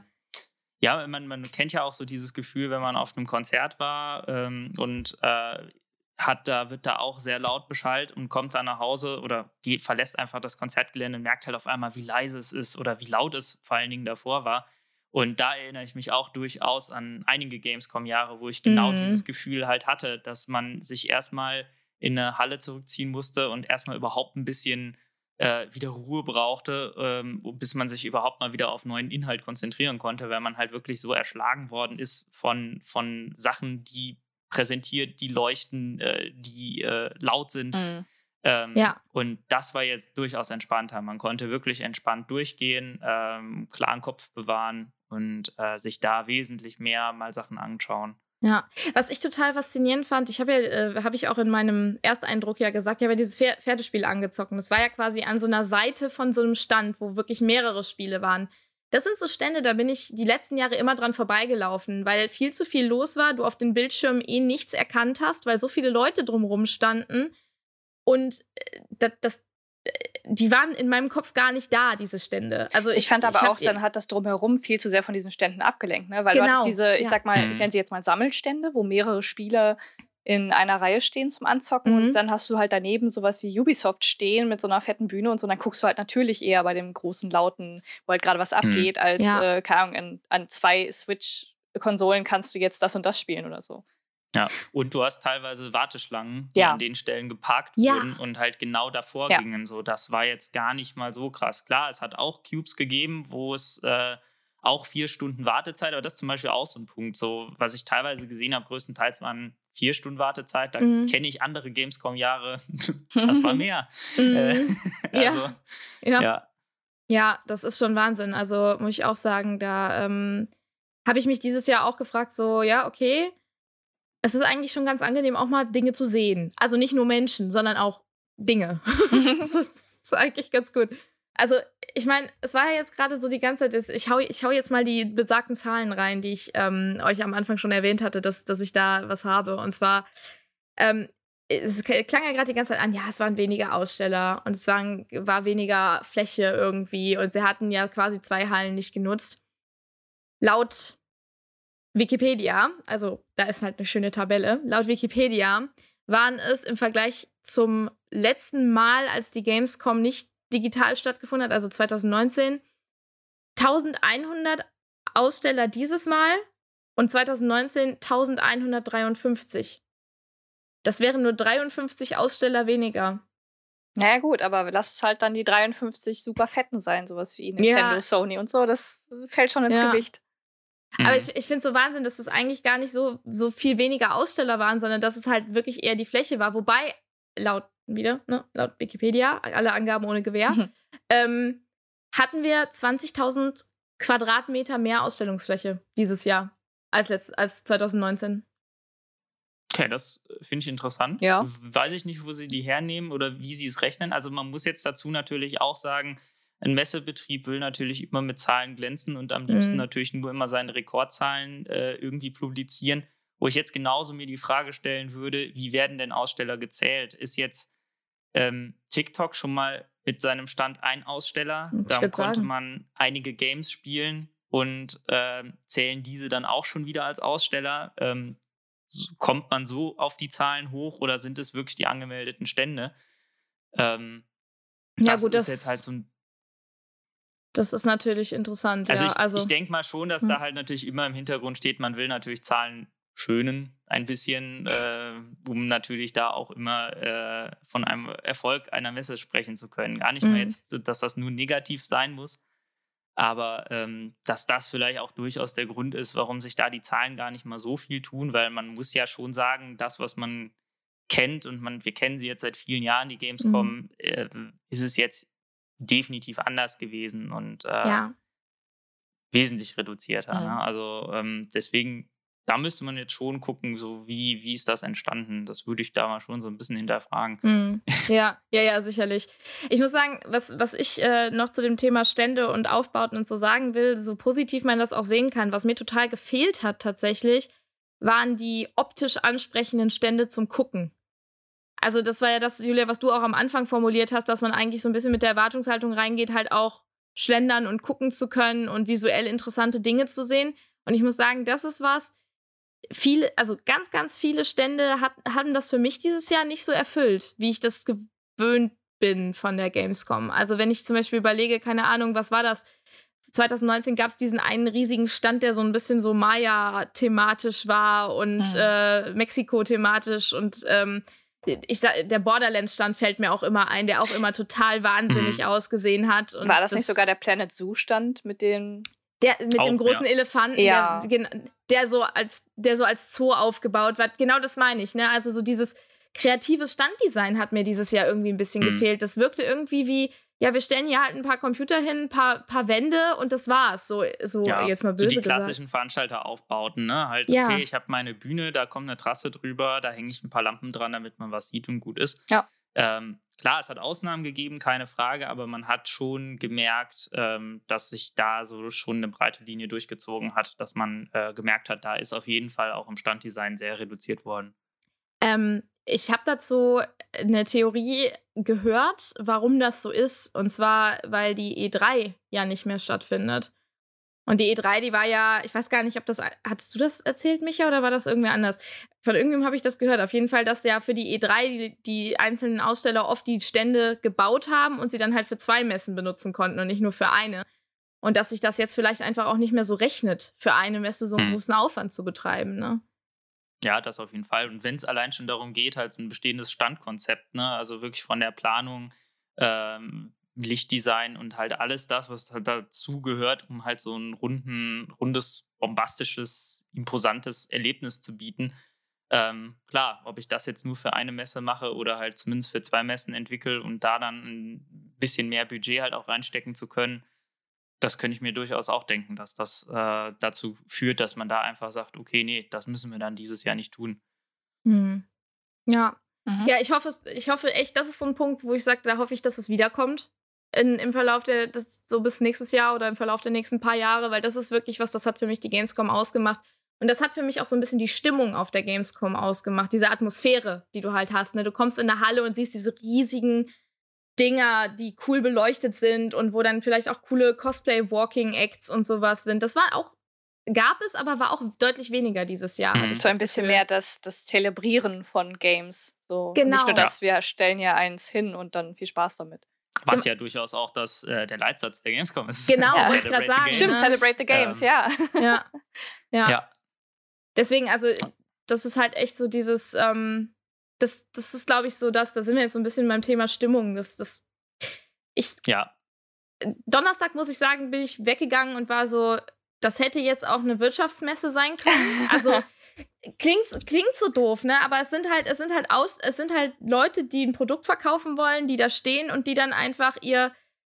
Ja, man, man kennt ja auch so dieses Gefühl, wenn man auf einem Konzert war ähm, und äh, hat da, wird da auch sehr laut beschallt und kommt dann nach Hause oder die verlässt einfach das Konzertgelände und merkt halt auf einmal, wie leise es ist oder wie laut es vor allen Dingen davor war. Und da erinnere ich mich auch durchaus an einige Gamescom-Jahre, wo ich genau mhm. dieses Gefühl halt hatte, dass man sich erstmal in eine Halle zurückziehen musste und erstmal überhaupt ein bisschen Äh, wieder Ruhe brauchte, ähm, bis man sich überhaupt mal wieder auf neuen Inhalt konzentrieren konnte, weil man halt wirklich so erschlagen worden ist von, von Sachen, die präsentiert, die leuchten, äh, die äh, laut sind. Mhm. Ähm, ja. Und das war jetzt durchaus entspannter. Man konnte wirklich entspannt durchgehen, ähm, klaren Kopf bewahren und äh, sich da wesentlich mehr mal Sachen anschauen. Ja, was ich total faszinierend fand, ich habe ja, äh, habe ich auch in meinem Ersteindruck ja gesagt, ich habe ja dieses Pferdespiel angezockt. Das war ja quasi an so einer Seite von so einem Stand, wo wirklich mehrere Spiele waren. Das sind so Stände, da bin ich die letzten Jahre immer dran vorbeigelaufen, weil viel zu viel los war, du auf den Bildschirmen eh nichts erkannt hast, weil so viele Leute drumherum standen. Und äh, das, das die waren in meinem Kopf gar nicht da, diese Stände. Also ich, ich fand aber ich auch, dann hat das Drumherum viel zu sehr von diesen Ständen abgelenkt, ne? Weil genau, du hattest diese, ich ja. sag mal, ich nenne sie jetzt mal Sammelstände, wo mehrere Spiele in einer Reihe stehen zum Anzocken mhm. und dann hast du halt daneben sowas wie Ubisoft stehen mit so einer fetten Bühne und so, und dann guckst du halt natürlich eher bei dem großen Lauten, wo halt gerade was abgeht, mhm. als, ja. äh, keine Ahnung, in, an zwei Switch-Konsolen kannst du jetzt das und das spielen oder so. Ja, und du hast teilweise Warteschlangen, die ja. an den Stellen geparkt ja. wurden und halt genau davor ja. gingen. So, das war jetzt gar nicht mal so krass. Klar, es hat auch Cubes gegeben, wo es äh, auch vier Stunden Wartezeit, aber das ist zum Beispiel auch so ein Punkt. So, was ich teilweise gesehen habe, größtenteils waren vier Stunden Wartezeit. Da mhm. kenne ich andere Gamescom-Jahre, das war mehr. Mhm. äh, also, ja. Ja. ja. Ja, das ist schon Wahnsinn. Also muss ich auch sagen, da ähm, habe ich mich dieses Jahr auch gefragt, so, ja, okay, es ist eigentlich schon ganz angenehm, auch mal Dinge zu sehen. Also nicht nur Menschen, sondern auch Dinge. Das ist eigentlich ganz gut. Also ich meine, es war ja jetzt gerade so die ganze Zeit, ich hau, ich hau jetzt mal die besagten Zahlen rein, die ich ähm, euch am Anfang schon erwähnt hatte, dass, dass ich da was habe. Und zwar, ähm, es klang ja gerade die ganze Zeit an, ja, es waren weniger Aussteller und es waren, war weniger Fläche irgendwie und sie hatten ja quasi zwei Hallen nicht genutzt. Laut Wikipedia, also da ist halt eine schöne Tabelle, laut Wikipedia waren es im Vergleich zum letzten Mal, als die Gamescom nicht digital stattgefunden hat, also zwanzig neunzehn, elfhundert Aussteller dieses Mal und zwanzig neunzehn elfhundertdreiundfünfzig. Das wären nur dreiundfünfzig Aussteller weniger. Naja gut, aber lass es halt dann die dreiundfünfzig super fetten sein, sowas wie Nintendo, ja. Sony und so, das fällt schon ins ja. Gewicht. Aber ich, ich finde es so Wahnsinn, dass es eigentlich gar nicht so, so viel weniger Aussteller waren, sondern dass es halt wirklich eher die Fläche war. Wobei, laut wieder, ne, laut Wikipedia, alle Angaben ohne Gewähr, mhm. ähm, hatten wir zwanzigtausend Quadratmeter mehr Ausstellungsfläche dieses Jahr als, letzt, als zwanzig neunzehn. Okay, das finde ich interessant. Ja. Weiß ich nicht, wo sie die hernehmen oder wie sie es rechnen. Also man muss jetzt dazu natürlich auch sagen, ein Messebetrieb will natürlich immer mit Zahlen glänzen und am liebsten mhm. natürlich nur immer seine Rekordzahlen äh, irgendwie publizieren. Wo ich jetzt genauso mir die Frage stellen würde, wie werden denn Aussteller gezählt? Ist jetzt ähm, TikTok schon mal mit seinem Stand ein Aussteller? Ich da konnte sagen. man einige Games spielen und äh, zählen diese dann auch schon wieder als Aussteller? Ähm, kommt man so auf die Zahlen hoch oder sind es wirklich die angemeldeten Stände? Ähm, ja, das gut, ist das, jetzt halt so ein. Das ist natürlich interessant. Also ja. ich, also, ich denke mal schon, dass hm. da halt natürlich immer im Hintergrund steht, man will natürlich Zahlen schönen ein bisschen, äh, um natürlich da auch immer äh, von einem Erfolg einer Messe sprechen zu können. Gar nicht Mhm. mal jetzt, dass das nur negativ sein muss, aber ähm, dass das vielleicht auch durchaus der Grund ist, warum sich da die Zahlen gar nicht mal so viel tun, weil man muss ja schon sagen, das, was man kennt und man, wir kennen sie jetzt seit vielen Jahren, die Gamescom, Mhm. äh, ist es jetzt definitiv anders gewesen und äh, ja. wesentlich reduzierter. Mhm. Ne? Also ähm, deswegen, da müsste man jetzt schon gucken, so wie, wie ist das entstanden? Das würde ich da mal schon so ein bisschen hinterfragen. Mhm. Ja, ja, ja, sicherlich. Ich muss sagen, was, was ich äh, noch zu dem Thema Stände und Aufbauten und so sagen will, so positiv man das auch sehen kann, was mir total gefehlt hat tatsächlich, waren die optisch ansprechenden Stände zum Gucken. Also das war ja das, Julia, was du auch am Anfang formuliert hast, dass man eigentlich so ein bisschen mit der Erwartungshaltung reingeht, halt auch schlendern und gucken zu können und visuell interessante Dinge zu sehen. Und ich muss sagen, das ist was, viele, also ganz, ganz viele Stände hat, haben das für mich dieses Jahr nicht so erfüllt, wie ich das gewöhnt bin von der Gamescom. Also wenn ich zum Beispiel überlege, keine Ahnung, was war das? zwanzig neunzehn gab es diesen einen riesigen Stand, der so ein bisschen so Maya-thematisch war und Mhm. äh, Mexiko-thematisch und ähm, ich sag, der Borderlands-Stand fällt mir auch immer ein, der auch immer total wahnsinnig Mhm. ausgesehen hat. Und War das, nicht sogar der Planet Zoo-Stand mit den. der mit Auch, dem großen ja. Elefanten, Ja. der, gen- der, so als, der so als Zoo aufgebaut wird? Genau das meine ich, ne? Also so dieses kreatives Standdesign hat mir dieses Jahr irgendwie ein bisschen Mhm. gefehlt. Das wirkte irgendwie wie, ja, wir stellen hier halt ein paar Computer hin, ein paar, paar Wände und das war's. So, so Ja, jetzt mal so böse die gesagt. klassischen Veranstalteraufbauten, ne? Halt, Ja. okay, ich habe meine Bühne, da kommt eine Trasse drüber, da hänge ich ein paar Lampen dran, damit man was sieht und gut ist. Ja. Ähm, klar, es hat Ausnahmen gegeben, keine Frage, aber man hat schon gemerkt, ähm, dass sich da so schon eine breite Linie durchgezogen hat, dass man äh, gemerkt hat, da ist auf jeden Fall auch im Standdesign sehr reduziert worden. Ähm, ich habe dazu eine Theorie gehört, warum das so ist. Und zwar, weil die E drei ja nicht mehr stattfindet. Und die E drei, die war ja, ich weiß gar nicht, ob das, hattest du das erzählt, Micha, oder war das irgendwer anders? Von irgendwem habe ich das gehört. Auf jeden Fall, dass ja für die E drei die, die einzelnen Aussteller oft die Stände gebaut haben und sie dann halt für zwei Messen benutzen konnten und nicht nur für eine. Und dass sich das jetzt vielleicht einfach auch nicht mehr so rechnet, für eine Messe so einen Hm. großen Aufwand zu betreiben, ne? Ja, das auf jeden Fall. Und wenn es allein schon darum geht, halt so ein bestehendes Standkonzept, ne, also wirklich von der Planung, ähm, Lichtdesign und halt alles das, was halt dazu gehört, um halt so ein runden, rundes, bombastisches, imposantes Erlebnis zu bieten. Ähm, klar, ob ich das jetzt nur für eine Messe mache oder halt zumindest für zwei Messen entwickle und da dann ein bisschen mehr Budget halt auch reinstecken zu können, das könnte ich mir durchaus auch denken, dass das äh, dazu führt, dass man da einfach sagt, okay, nee, das müssen wir dann dieses Jahr nicht tun. Hm. Ja. Mhm. Ja, ich hoffe, es- ich hoffe echt, das ist so ein Punkt, wo ich sage, da hoffe ich, dass es wiederkommt. In, Im Verlauf der, das, so bis nächstes Jahr oder im Verlauf der nächsten paar Jahre, weil das ist wirklich was, das hat für mich die Gamescom ausgemacht. Und das hat für mich auch so ein bisschen die Stimmung auf der Gamescom ausgemacht, diese Atmosphäre, die du halt hast. Ne? Du kommst in der Halle und siehst diese riesigen Dinger, die cool beleuchtet sind und wo dann vielleicht auch coole Cosplay-Walking-Acts und sowas sind. Das war auch, gab es, aber war auch deutlich weniger dieses Jahr. Mhm. hatte ich So ein das bisschen Gefühl. mehr das, das Zelebrieren von Games. So. Genau. Nicht nur, dass wir stellen ja eins hin und dann viel Spaß damit. Was ja durchaus auch das, äh, der Leitsatz der Gamescom ist. Genau, Ja. wollte ich gerade Celebrate the sagen. Games. Stimmt, ne? Celebrate the Games, Ähm, ja. Ja. ja. Ja. Deswegen, also, das ist halt echt so dieses, ähm, das, das ist, glaube ich, so das, da sind wir jetzt so ein bisschen beim Thema Stimmung. Das, das, ich, Ja. Donnerstag, muss ich sagen, bin ich weggegangen und war so, das hätte jetzt auch eine Wirtschaftsmesse sein können. Also, klingt, klingt so doof, ne? Aber es sind halt, es sind halt aus, es sind halt Leute, die ein Produkt verkaufen wollen, die da stehen und die dann einfach ihr,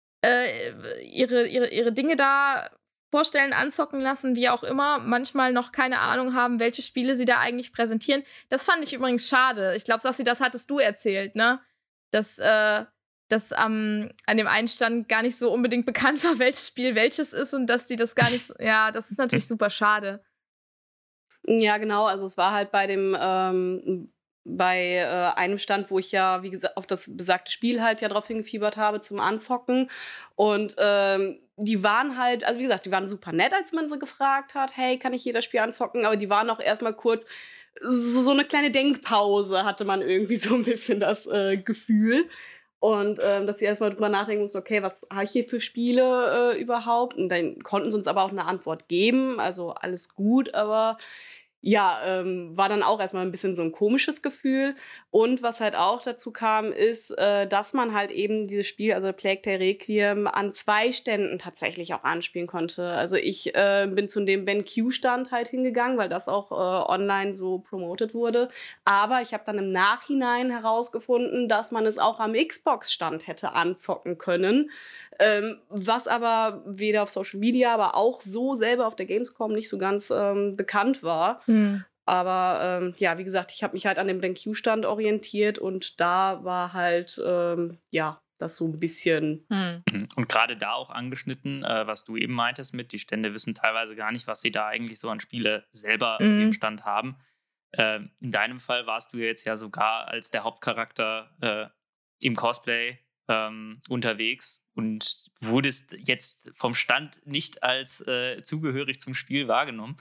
äh, ihre, ihre, ihre Dinge da vorstellen, anzocken lassen, wie auch immer, manchmal noch keine Ahnung haben, welche Spiele sie da eigentlich präsentieren. Das fand ich übrigens schade. Ich glaube, Sassi, das hattest du erzählt, ne? Dass, äh, dass ähm, an dem einen Stand gar nicht so unbedingt bekannt war, welches Spiel welches ist und dass die das gar nicht so, ja, das ist natürlich super schade. Ja, genau. Also es war halt bei dem ähm, bei äh, einem Stand, wo ich ja, wie gesagt, auf das besagte Spiel halt ja drauf hingefiebert habe zum Anzocken. Und ähm, die waren halt, also wie gesagt, die waren super nett, als man sie gefragt hat, hey, kann ich hier das Spiel anzocken? Aber die waren auch erstmal kurz, so, so eine kleine Denkpause hatte man irgendwie so ein bisschen das äh, Gefühl. Und ähm, dass sie erstmal drüber nachdenken mussten, okay, was habe ich hier für Spiele äh, überhaupt? Und dann konnten sie uns aber auch eine Antwort geben, also alles gut, aber ja, ähm, war dann auch erstmal ein bisschen so ein komisches Gefühl. Und was halt auch dazu kam, ist, äh, dass man halt eben dieses Spiel, also Plague Tale Requiem, an zwei Ständen tatsächlich auch anspielen konnte. Also ich äh, bin zu dem BenQ-Stand halt hingegangen, weil das auch äh, online so promotet wurde. Aber ich habe dann im Nachhinein herausgefunden, dass man es auch am Xbox-Stand hätte anzocken können. Ähm, was aber weder auf Social Media, aber auch so selber auf der Gamescom nicht so ganz ähm, bekannt war. Hm. Aber ähm, ja, wie gesagt, ich habe mich halt an dem BenQ-Stand orientiert und da war halt, ähm, ja, das so ein bisschen. Hm. Und gerade da auch angeschnitten, äh, was du eben meintest mit, die Stände wissen teilweise gar nicht, was sie da eigentlich so an Spiele selber Mhm. auf ihrem Stand haben. Äh, in deinem Fall warst du jetzt ja sogar als der Hauptcharakter äh, im Cosplay ähm, unterwegs und wurdest jetzt vom Stand nicht als äh, zugehörig zum Spiel wahrgenommen.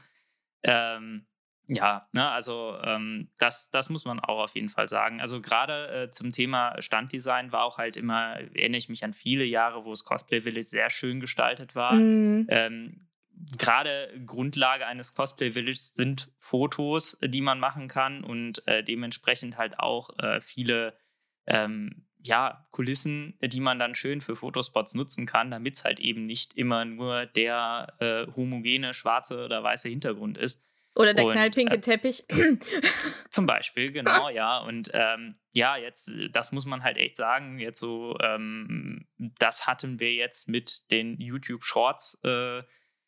Ähm, ja, ne, also ähm, das, das muss man auch auf jeden Fall sagen. Also gerade äh, zum Thema Standdesign war auch halt immer, erinnere ich mich an viele Jahre, wo das Cosplay Village sehr schön gestaltet war. Mhm. Ähm, gerade Grundlage eines Cosplay Villages sind Fotos, die man machen kann und äh, dementsprechend halt auch äh, viele ähm, ja, Kulissen, die man dann schön für Fotospots nutzen kann, damit es halt eben nicht immer nur der äh, homogene schwarze oder weiße Hintergrund ist. Oder der Und, knallpinke äh, Teppich. Zum Beispiel, genau, ja. Und ähm, ja, jetzt, das muss man halt echt sagen, jetzt so, ähm, das hatten wir jetzt mit den YouTube-Shorts, äh,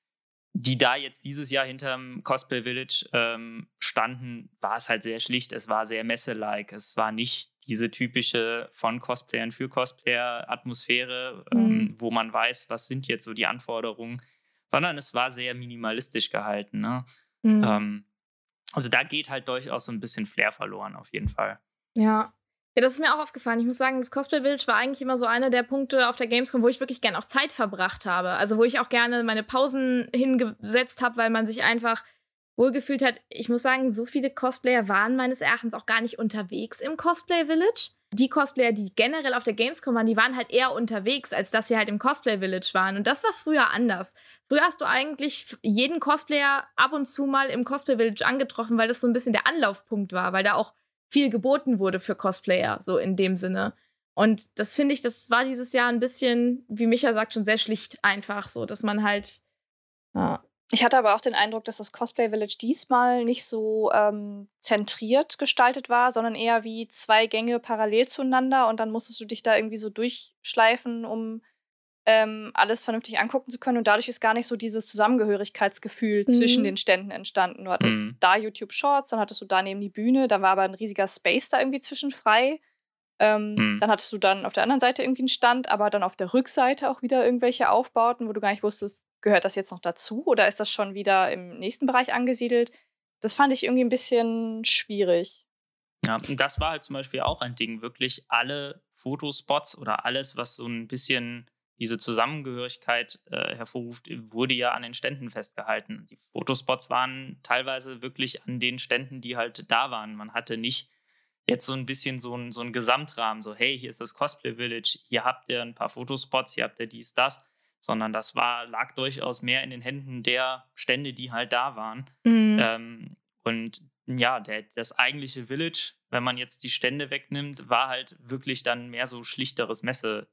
die da jetzt dieses Jahr hinterm Cosplay Village ähm, standen, war es halt sehr schlicht. Es war sehr messe-like. Es war nicht diese typische von Cosplayern für Cosplayer-Atmosphäre, Mhm. ähm, wo man weiß, was sind jetzt so die Anforderungen, sondern es war sehr minimalistisch gehalten. Ne? Mhm. Ähm, also da geht halt durchaus so ein bisschen Flair verloren, auf jeden Fall. Ja. Ja, das ist mir auch aufgefallen. Ich muss sagen, das Cosplay Village war eigentlich immer so einer der Punkte auf der Gamescom, wo ich wirklich gern auch Zeit verbracht habe. Also wo ich auch gerne meine Pausen hingesetzt habe, weil man sich einfach wohlgefühlt hat. Ich muss sagen, so viele Cosplayer waren meines Erachtens auch gar nicht unterwegs im Cosplay Village. Die Cosplayer, die generell auf der Gamescom waren, die waren halt eher unterwegs, als dass sie halt im Cosplay Village waren. Und das war früher anders. Früher hast du eigentlich jeden Cosplayer ab und zu mal im Cosplay Village angetroffen, weil das so ein bisschen der Anlaufpunkt war, weil da auch viel geboten wurde für Cosplayer, so in dem Sinne. Und das finde ich, das war dieses Jahr ein bisschen, wie Micha sagt, schon sehr schlicht einfach so, dass man halt, ja. Ich hatte aber auch den Eindruck, dass das Cosplay Village diesmal nicht so ähm, zentriert gestaltet war, sondern eher wie zwei Gänge parallel zueinander und dann musstest du dich da irgendwie so durchschleifen, um ähm, alles vernünftig angucken zu können und dadurch ist gar nicht so dieses Zusammengehörigkeitsgefühl Mhm. zwischen den Ständen entstanden. Du hattest Mhm. da YouTube Shorts, dann hattest du da neben die Bühne, da war aber ein riesiger Space da irgendwie zwischen frei. Ähm, Mhm. Dann hattest du dann auf der anderen Seite irgendwie einen Stand, aber dann auf der Rückseite auch wieder irgendwelche Aufbauten, wo du gar nicht wusstest, gehört das jetzt noch dazu oder ist das schon wieder im nächsten Bereich angesiedelt? Das fand ich irgendwie ein bisschen schwierig. Ja, und das war halt zum Beispiel auch ein Ding, wirklich alle Fotospots oder alles, was so ein bisschen diese Zusammengehörigkeit äh, hervorruft, wurde ja an den Ständen festgehalten. Die Fotospots waren teilweise wirklich an den Ständen, die halt da waren. Man hatte nicht jetzt so ein bisschen so ein, so ein Gesamtrahmen, so hey, hier ist das Cosplay Village, hier habt ihr ein paar Fotospots, hier habt ihr dies, das, sondern das war, lag durchaus mehr in den Händen der Stände, die halt da waren. Mhm. Ähm, und ja, der, das eigentliche Village, wenn man jetzt die Stände wegnimmt, war halt wirklich dann mehr so schlichteres Messekonzept.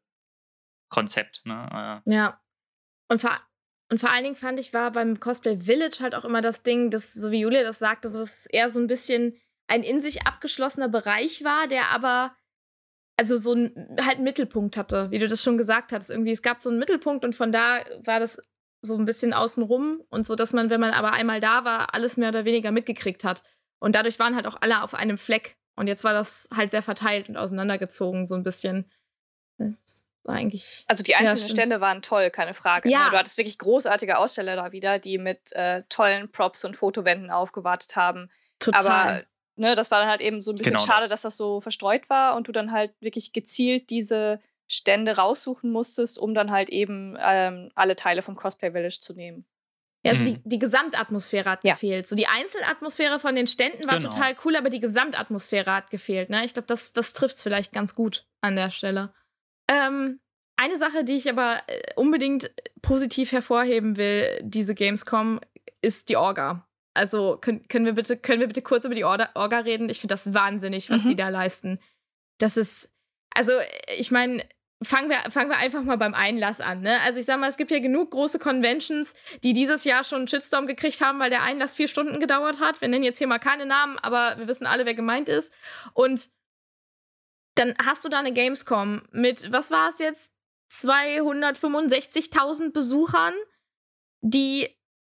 Ne? Äh, Ja. Und vor, und vor allen Dingen fand ich, war beim Cosplay Village halt auch immer das Ding, dass, so wie Julia das sagte, dass es eher so ein bisschen ein in sich abgeschlossener Bereich war, der aber also so ein, halt einen Mittelpunkt hatte, wie du das schon gesagt hast. Irgendwie, es gab so einen Mittelpunkt und von da war das so ein bisschen außenrum und so, dass man, wenn man aber einmal da war, alles mehr oder weniger mitgekriegt hat. Und dadurch waren halt auch alle auf einem Fleck. Und jetzt war das halt sehr verteilt und auseinandergezogen, so ein bisschen. Das war eigentlich. Also die einzelnen Ja, stimmt. Stände waren toll, keine Frage. Ja. Ne? Du hattest wirklich großartige Aussteller da wieder, die mit äh, tollen Props und Fotowänden aufgewartet haben. Total. Aber ne, das war dann halt eben so ein bisschen Genau schade, das. dass das so verstreut war und du dann halt wirklich gezielt diese Stände raussuchen musstest, um dann halt eben ähm, alle Teile vom Cosplay Village zu nehmen. Ja, also Mhm. die, die Gesamtatmosphäre hat Ja. gefehlt. So die Einzelatmosphäre von den Ständen war Genau. total cool, aber die Gesamtatmosphäre hat gefehlt. Ne? Ich glaube, das, das trifft es vielleicht ganz gut an der Stelle. Ähm, eine Sache, die ich aber äh, unbedingt positiv hervorheben will, diese Gamescom, ist die Orga. Also können, können, wir bitte, können wir bitte kurz über die Orga, Orga reden? Ich finde das wahnsinnig, was Mhm. die da leisten. Das ist, also ich meine, fangen wir, fangen wir einfach mal beim Einlass an. Ne? Also ich sag mal, es gibt ja genug große Conventions, die dieses Jahr schon einen Shitstorm gekriegt haben, weil der Einlass vier Stunden gedauert hat. Wir nennen jetzt hier mal keine Namen, aber wir wissen alle, wer gemeint ist. Und dann hast du da eine Gamescom mit, was war es jetzt, zweihundertfünfundsechzigtausend Besuchern, die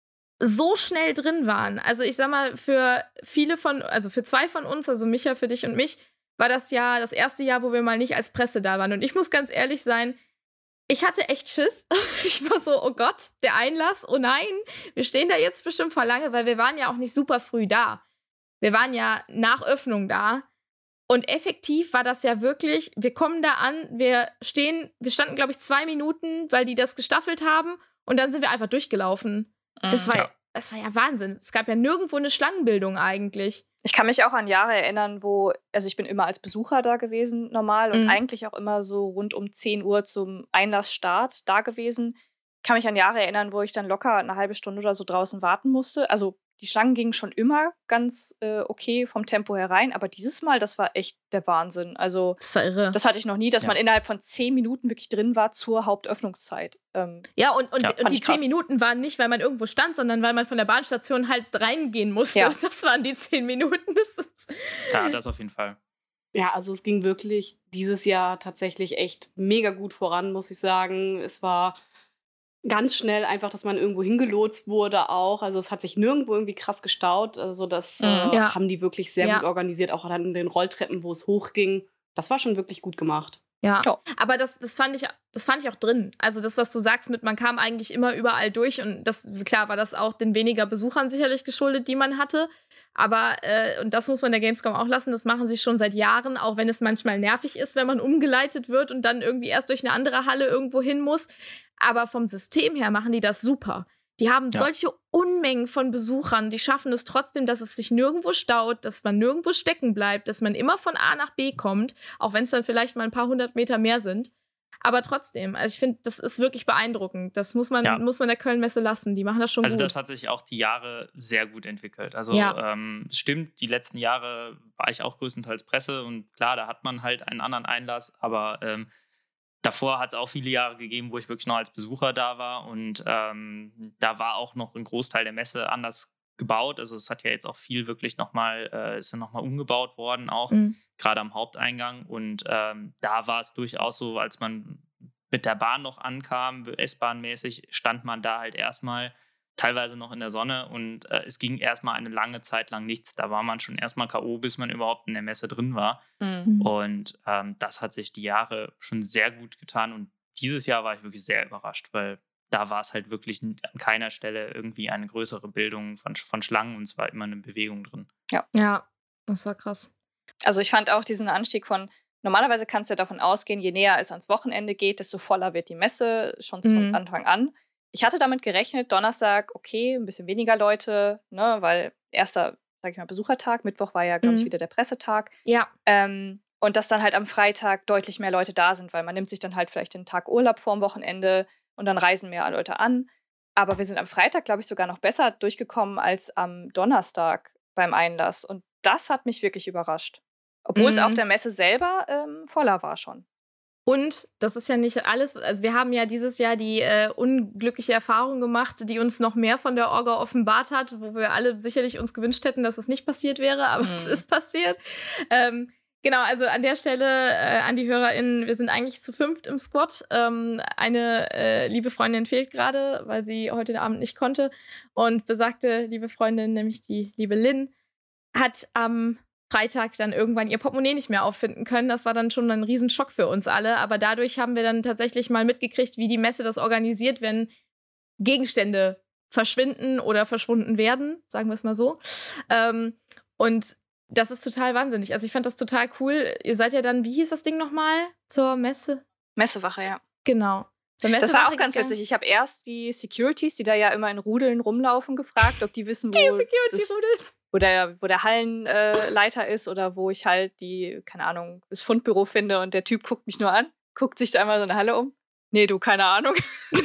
so schnell drin waren. Also ich sag mal, für viele von, also für zwei von uns, also Micha, für dich und mich, war das Jahr, das erste Jahr, wo wir mal nicht als Presse da waren. Und ich muss ganz ehrlich sein, ich hatte echt Schiss. Ich war so, oh Gott, der Einlass, oh nein, wir stehen da jetzt bestimmt vor lange, weil wir waren ja auch nicht super früh da. Wir waren ja nach Öffnung da. Und effektiv war das ja wirklich, wir kommen da an, wir stehen, wir standen, glaube ich, zwei Minuten, weil die das gestaffelt haben und dann sind wir einfach durchgelaufen. Das war, Ja. ja, das war ja Wahnsinn. Es gab ja nirgendwo eine Schlangenbildung eigentlich. Ich kann mich auch an Jahre erinnern, wo, also ich bin immer als Besucher da gewesen, normal, und Mhm. eigentlich auch immer so rund um zehn Uhr zum Einlassstart da gewesen. Ich kann mich an Jahre erinnern, wo ich dann locker eine halbe Stunde oder so draußen warten musste. Also die Schlangen gingen schon immer ganz äh, okay vom Tempo herein, aber dieses Mal, das war echt der Wahnsinn. Also Das war irre. das hatte ich noch nie, dass Ja. man innerhalb von zehn Minuten wirklich drin war zur Hauptöffnungszeit. Ähm, Ja, und, und, Ja, und fand die ich krass. zehn Minuten waren nicht, weil man irgendwo stand, sondern weil man von der Bahnstation halt reingehen musste. Ja. Das waren die zehn Minuten. Das ist Ja, das auf jeden Fall. Ja, also es ging wirklich dieses Jahr tatsächlich echt mega gut voran, muss ich sagen. Es war ganz schnell einfach, dass man irgendwo hingelotst wurde auch. Also es hat sich nirgendwo irgendwie krass gestaut. Also das Mhm. äh, Ja. haben die wirklich sehr Ja. gut organisiert, auch dann in den Rolltreppen, wo es hochging. Das war schon wirklich gut gemacht. Ja, Ja. aber das, das, fand ich, das fand ich auch drin. Also das, was du sagst mit, man kam eigentlich immer überall durch und das, klar war das auch den weniger Besuchern sicherlich geschuldet, die man hatte. Aber, äh, und das muss man der Gamescom auch lassen, das machen sie schon seit Jahren, auch wenn es manchmal nervig ist, wenn man umgeleitet wird und dann irgendwie erst durch eine andere Halle irgendwo hin muss. Aber vom System her machen die das super. Die haben Ja. solche Unmengen von Besuchern, die schaffen es trotzdem, dass es sich nirgendwo staut, dass man nirgendwo stecken bleibt, dass man immer von A nach B kommt, auch wenn es dann vielleicht mal ein paar hundert Meter mehr sind. Aber trotzdem, also ich finde, das ist wirklich beeindruckend. Das muss man, Ja. muss man der Köln-Messe lassen. Die machen das schon Also gut. das hat sich auch die Jahre sehr gut entwickelt. Also Ja. ähm, es stimmt, die letzten Jahre war ich auch größtenteils Presse und klar, da hat man halt einen anderen Einlass, aber ähm, davor hat es auch viele Jahre gegeben, wo ich wirklich noch als Besucher da war und ähm, da war auch noch ein Großteil der Messe anders gebaut. Also es hat ja jetzt auch viel wirklich nochmal, äh, ist dann nochmal umgebaut worden auch, Mhm. gerade am Haupteingang und ähm, da war es durchaus so, als man mit der Bahn noch ankam, S-Bahn-mäßig, stand man da halt erstmal teilweise noch in der Sonne und äh, es ging erstmal eine lange Zeit lang nichts. Da war man schon erstmal K O, bis man überhaupt in der Messe drin war. mhm. Und ähm, das hat sich die Jahre schon sehr gut getan. Und dieses Jahr war ich wirklich sehr überrascht, weil da war es halt wirklich an keiner Stelle irgendwie eine größere Bildung von, von Schlangen und es war immer eine Bewegung drin. Ja, das war krass. Also ich fand auch diesen Anstieg von, normalerweise kannst du ja davon ausgehen, je näher es ans Wochenende geht, desto voller wird die Messe schon von Mhm. Anfang an. Ich hatte damit gerechnet, Donnerstag, okay, ein bisschen weniger Leute, ne, weil erster, sag ich mal, Besuchertag, Mittwoch war ja, glaube ich, Mhm. wieder der Pressetag. Ja, Ähm, und dass dann halt am Freitag deutlich mehr Leute da sind, weil man nimmt sich dann halt vielleicht den Tag Urlaub vorm Wochenende und dann reisen mehr Leute an. Aber wir sind am Freitag, glaube ich, sogar noch besser durchgekommen als am Donnerstag beim Einlass. Und das hat mich wirklich überrascht. Obwohl es Mhm. auf der Messe selber ähm, voller war schon. und das ist ja nicht alles, also wir haben ja dieses Jahr die äh, unglückliche Erfahrung gemacht, die uns noch mehr von der Orga offenbart hat, wo wir alle sicherlich uns gewünscht hätten, dass es nicht passiert wäre, aber Mhm. es ist passiert. Ähm, genau, also an der Stelle äh, an die HörerInnen, wir sind eigentlich zu fünft im Squad. Ähm, eine äh, liebe Freundin fehlt gerade, weil sie heute Abend nicht konnte. Und besagte liebe Freundin, nämlich die liebe Lynn, hat am Freitag dann irgendwann ihr Portemonnaie nicht mehr auffinden können. Das war dann schon ein Riesenschock für uns alle. Aber dadurch haben wir dann tatsächlich mal mitgekriegt, wie die Messe das organisiert, wenn Gegenstände verschwinden oder verschwunden werden, sagen wir es mal so. Ähm, und das ist total wahnsinnig. Also ich fand das total cool. Ihr seid ja dann, wie hieß das Ding nochmal? Zur Messe? Messewache, ja. Genau. Zur Das Messewache war auch ganz gegangen. witzig. Ich habe erst die Securities, die da ja immer in Rudeln rumlaufen, gefragt, ob die wissen, wo, Die das, Security-Rudels. wo der, wo der Hallenleiter äh, ist oder wo ich halt die, keine Ahnung, das Fundbüro finde und der Typ guckt mich nur an, guckt sich da einmal so eine Halle um. Nee, du, keine Ahnung.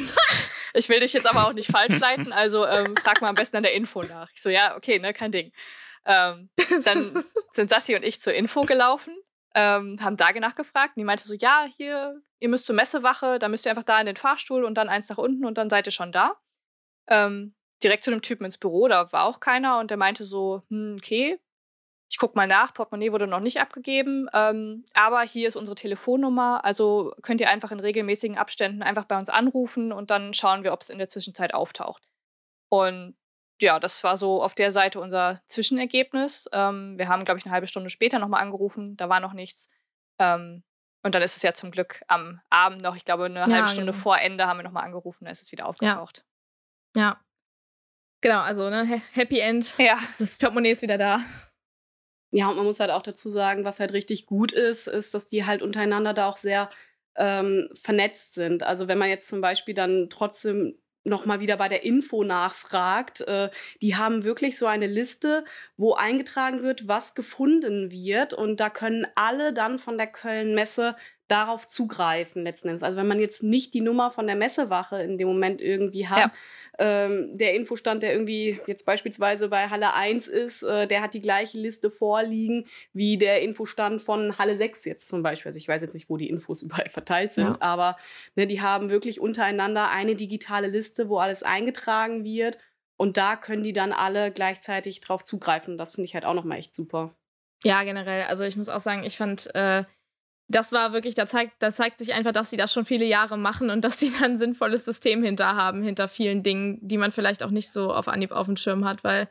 Ich will dich jetzt aber auch nicht falsch leiten, also ähm, frag mal am besten an der Info nach. Ich so, ja, okay, ne, kein Ding. Ähm, dann sind Sassi und ich zur Info gelaufen, ähm, haben da nachgefragt und die meinte so, ja, hier, ihr müsst zur Messewache, da müsst ihr einfach da in den Fahrstuhl und dann eins nach unten und dann seid ihr schon da. Ähm, direkt zu dem Typen ins Büro, da war auch keiner und der meinte so, hm, okay, ich guck mal nach, Portemonnaie wurde noch nicht abgegeben, ähm, aber hier ist unsere Telefonnummer, also könnt ihr einfach in regelmäßigen Abständen einfach bei uns anrufen und dann schauen wir, ob es in der Zwischenzeit auftaucht. Und ja, das war so auf der Seite unser Zwischenergebnis. Ähm, wir haben, glaube ich, eine halbe Stunde später nochmal angerufen, da war noch nichts. Ähm, und dann ist es ja zum Glück am Abend noch, ich glaube, eine Ja, halbe Stunde genau. vor Ende haben wir nochmal angerufen, da ist es wieder aufgetaucht. Ja. Genau, also ne, Ha- Happy End. Ja. Das Portemonnaie ist wieder da. Ja, und man muss halt auch dazu sagen, was halt richtig gut ist, ist, dass die halt untereinander da auch sehr ähm, vernetzt sind. Also wenn man jetzt zum Beispiel dann trotzdem nochmal wieder bei der Info nachfragt, äh, die haben wirklich so eine Liste, wo eingetragen wird, was gefunden wird. Und da können alle dann von der Köln-Messe darauf zugreifen letzten Endes. Also wenn man jetzt nicht die Nummer von der Messewache in dem Moment irgendwie hat, Ja. ähm, der Infostand, der irgendwie jetzt beispielsweise bei Halle eins ist, äh, der hat die gleiche Liste vorliegen wie der Infostand von Halle sechs jetzt zum Beispiel. Also ich weiß jetzt nicht, wo die Infos überall verteilt sind, Ja. aber ne, die haben wirklich untereinander eine digitale Liste, wo alles eingetragen wird und da können die dann alle gleichzeitig drauf zugreifen. Und das finde ich halt auch nochmal echt super. Ja, generell. Also ich muss auch sagen, ich fand, äh, das war wirklich, da zeigt, da zeigt sich einfach, dass sie das schon viele Jahre machen und dass sie da ein sinnvolles System hinter haben, hinter vielen Dingen, die man vielleicht auch nicht so auf Anhieb auf dem Schirm hat, weil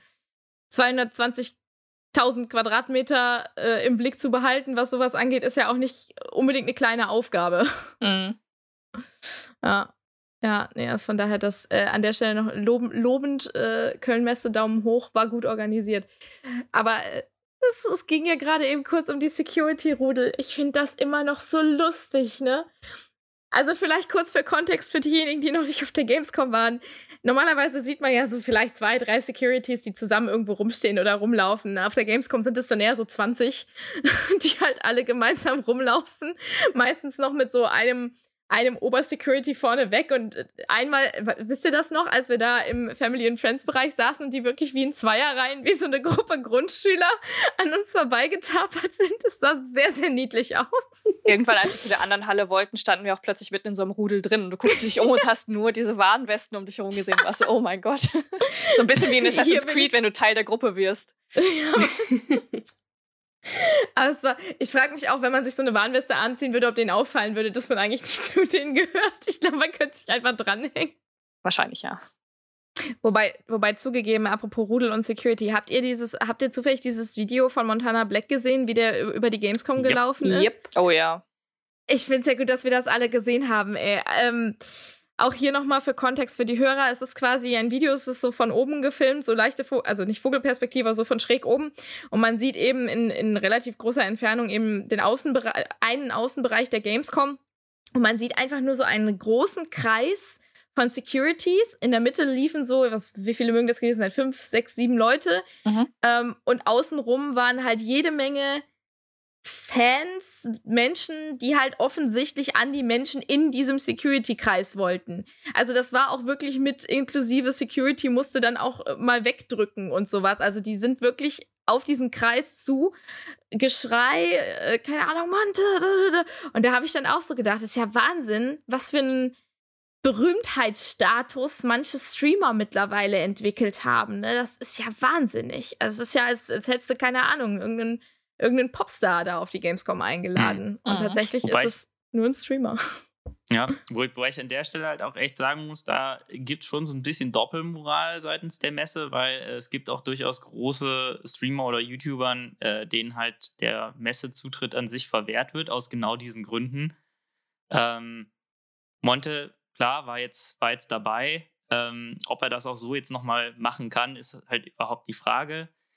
zweihundertzwanzigtausend Quadratmeter äh, im Blick zu behalten, was sowas angeht, ist ja auch nicht unbedingt eine kleine Aufgabe. Mhm. Ja. Ja, nee, also von daher das äh, an der Stelle noch lob, lobend, äh, Köln-Messe, Daumen hoch, war gut organisiert. Aber äh, es, es ging ja gerade eben kurz um die Security-Rudel. Ich finde das immer noch so lustig, ne? Also vielleicht kurz für Kontext für diejenigen, die noch nicht auf der Gamescom waren. Normalerweise sieht man ja so vielleicht zwei, drei Securities, die zusammen irgendwo rumstehen oder rumlaufen. Auf der Gamescom sind es dann eher so zwanzig, die halt alle gemeinsam rumlaufen. Meistens noch mit so einem einem Obersecurity vorne weg und einmal, wisst ihr das noch, als wir da im Family- and Friends-Bereich saßen und die wirklich wie in Zweierreihen, wie so eine Gruppe Grundschüler an uns vorbeigetapert sind, das sah sehr, sehr niedlich aus. Irgendwann, als wir zu der anderen Halle wollten, standen wir auch plötzlich mitten in so einem Rudel drin und du guckst dich um und hast nur diese Warnwesten um dich herum gesehen und warst so, oh mein Gott. So ein bisschen wie in Assassin's Creed, wenn du Teil der Gruppe wirst. Ja. Aber es war, ich frage mich auch, wenn man sich so eine Warnweste anziehen würde, ob denen auffallen würde, dass man eigentlich nicht zu denen gehört. Ich glaube, man könnte sich einfach dranhängen. Wahrscheinlich, ja. Wobei, wobei zugegeben, apropos Rudel und Security, habt ihr dieses, habt ihr zufällig dieses Video von Montana Black gesehen, wie der über die Gamescom Yep. gelaufen ist? Yep. Oh ja. Ich finde es ja gut, dass wir das alle gesehen haben, ey. Ähm, auch hier nochmal für Kontext für die Hörer, es ist quasi ein Video, es ist so von oben gefilmt, so leichte, Vo- also nicht Vogelperspektive, aber so von schräg oben. Und man sieht eben in, in relativ großer Entfernung eben den Außenbereich, einen Außenbereich der Gamescom. Und man sieht einfach nur so einen großen Kreis von Securities. In der Mitte liefen so, was, wie viele mögen das gewesen sein? Fünf, sechs, sieben Leute. Mhm. Ähm, und außenrum waren halt jede Menge Fans, Menschen, die halt offensichtlich an die Menschen in diesem Security-Kreis wollten. Also das war auch wirklich mit inklusive Security, musste dann auch äh, mal wegdrücken und sowas. Also die sind wirklich auf diesen Kreis zu, Geschrei, äh, keine Ahnung, Monte. Und da habe ich dann auch so gedacht, das ist ja Wahnsinn, was für ein Berühmtheitsstatus manche Streamer mittlerweile entwickelt haben. Ne? Das ist ja wahnsinnig. Also es ist ja, als, als hättest du, keine Ahnung, irgendeinen irgendeinen Popstar da auf die Gamescom eingeladen. Und Mhm. tatsächlich Wobei ist es nur ein Streamer. Ja, wo ich, wobei ich an der Stelle halt auch echt sagen muss, da gibt es schon so ein bisschen Doppelmoral seitens der Messe, weil äh, es gibt auch durchaus große Streamer oder YouTubern, äh, denen halt der Messezutritt an sich verwehrt wird, aus genau diesen Gründen. Ähm, Monte, klar, war jetzt, war jetzt dabei. Ähm, ob er das auch so jetzt nochmal machen kann, ist halt überhaupt die Frage.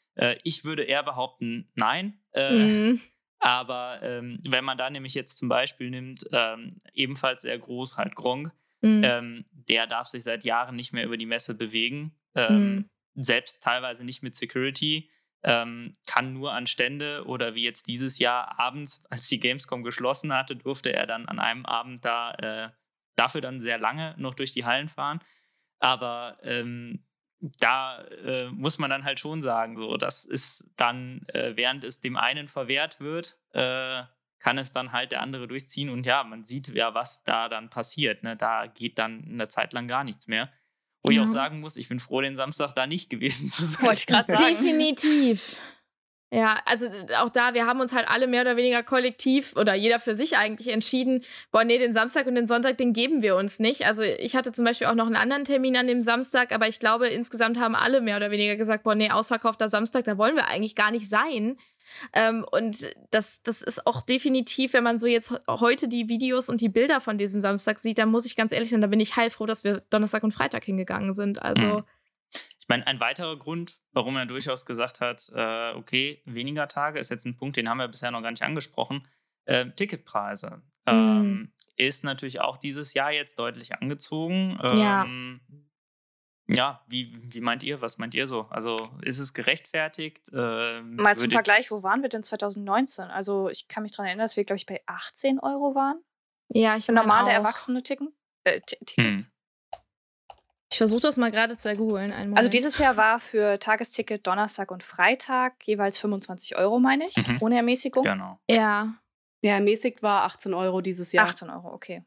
Äh, ich würde eher behaupten, nein. Äh, Mhm. Aber ähm, wenn man da nämlich jetzt zum Beispiel nimmt, ähm, ebenfalls sehr groß, halt Gronkh, Mhm. ähm, der darf sich seit Jahren nicht mehr über die Messe bewegen, ähm, Mhm. selbst teilweise nicht mit Security, ähm, kann nur an Stände oder wie jetzt dieses Jahr abends, als die Gamescom geschlossen hatte, durfte er dann an einem Abend da äh, dafür dann sehr lange noch durch die Hallen fahren. Aber ähm, da äh, muss man dann halt schon sagen, so, das ist dann, äh, während es dem einen verwehrt wird, äh, kann es dann halt der andere durchziehen. Und ja, man sieht ja, was da dann passiert. Ne? Da geht dann eine Zeit lang gar nichts mehr. Wo Ja. ich auch sagen muss, ich bin froh, den Samstag da nicht gewesen zu sein. Wollte ich gerade sagen. Definitiv. Ja, also äh, auch da, wir haben uns halt alle mehr oder weniger kollektiv oder jeder für sich eigentlich entschieden, boah, nee, den Samstag und den Sonntag, den geben wir uns nicht. Also ich hatte zum Beispiel auch noch einen anderen Termin an dem Samstag, aber ich glaube, insgesamt haben alle mehr oder weniger gesagt, boah, nee, ausverkaufter Samstag, da wollen wir eigentlich gar nicht sein. Ähm, und das, das ist auch definitiv, wenn man so jetzt heute die Videos und die Bilder von diesem Samstag sieht, dann muss ich ganz ehrlich sein, da bin ich heilfroh, dass wir Donnerstag und Freitag hingegangen sind. Also Mhm. Ich meine, ein weiterer Grund, warum er durchaus gesagt hat, äh, okay, weniger Tage, ist jetzt ein Punkt, den haben wir bisher noch gar nicht angesprochen, äh, Ticketpreise. Ähm, ist natürlich auch dieses Jahr jetzt deutlich angezogen. Ja. Ähm, ja, wie, wie meint ihr? Was meint ihr so? Also ist es gerechtfertigt? Ähm, Mal zum würdet- Vergleich, wo waren wir denn zwanzig neunzehn? Also ich kann mich daran erinnern, dass wir, glaube ich, bei achtzehn Euro waren. ja, ich Für mein normale auch. Erwachsene Ticken. Äh, T- Tickets. Ich versuche das mal gerade zu ergoogeln. Einen Moment. Also dieses Jahr war für Tagesticket Donnerstag und Freitag jeweils fünfundzwanzig Euro, meine ich, Mhm. ohne Ermäßigung. Genau. Ja. Ja, ermäßigt war achtzehn Euro dieses Jahr. achtzehn Euro, okay.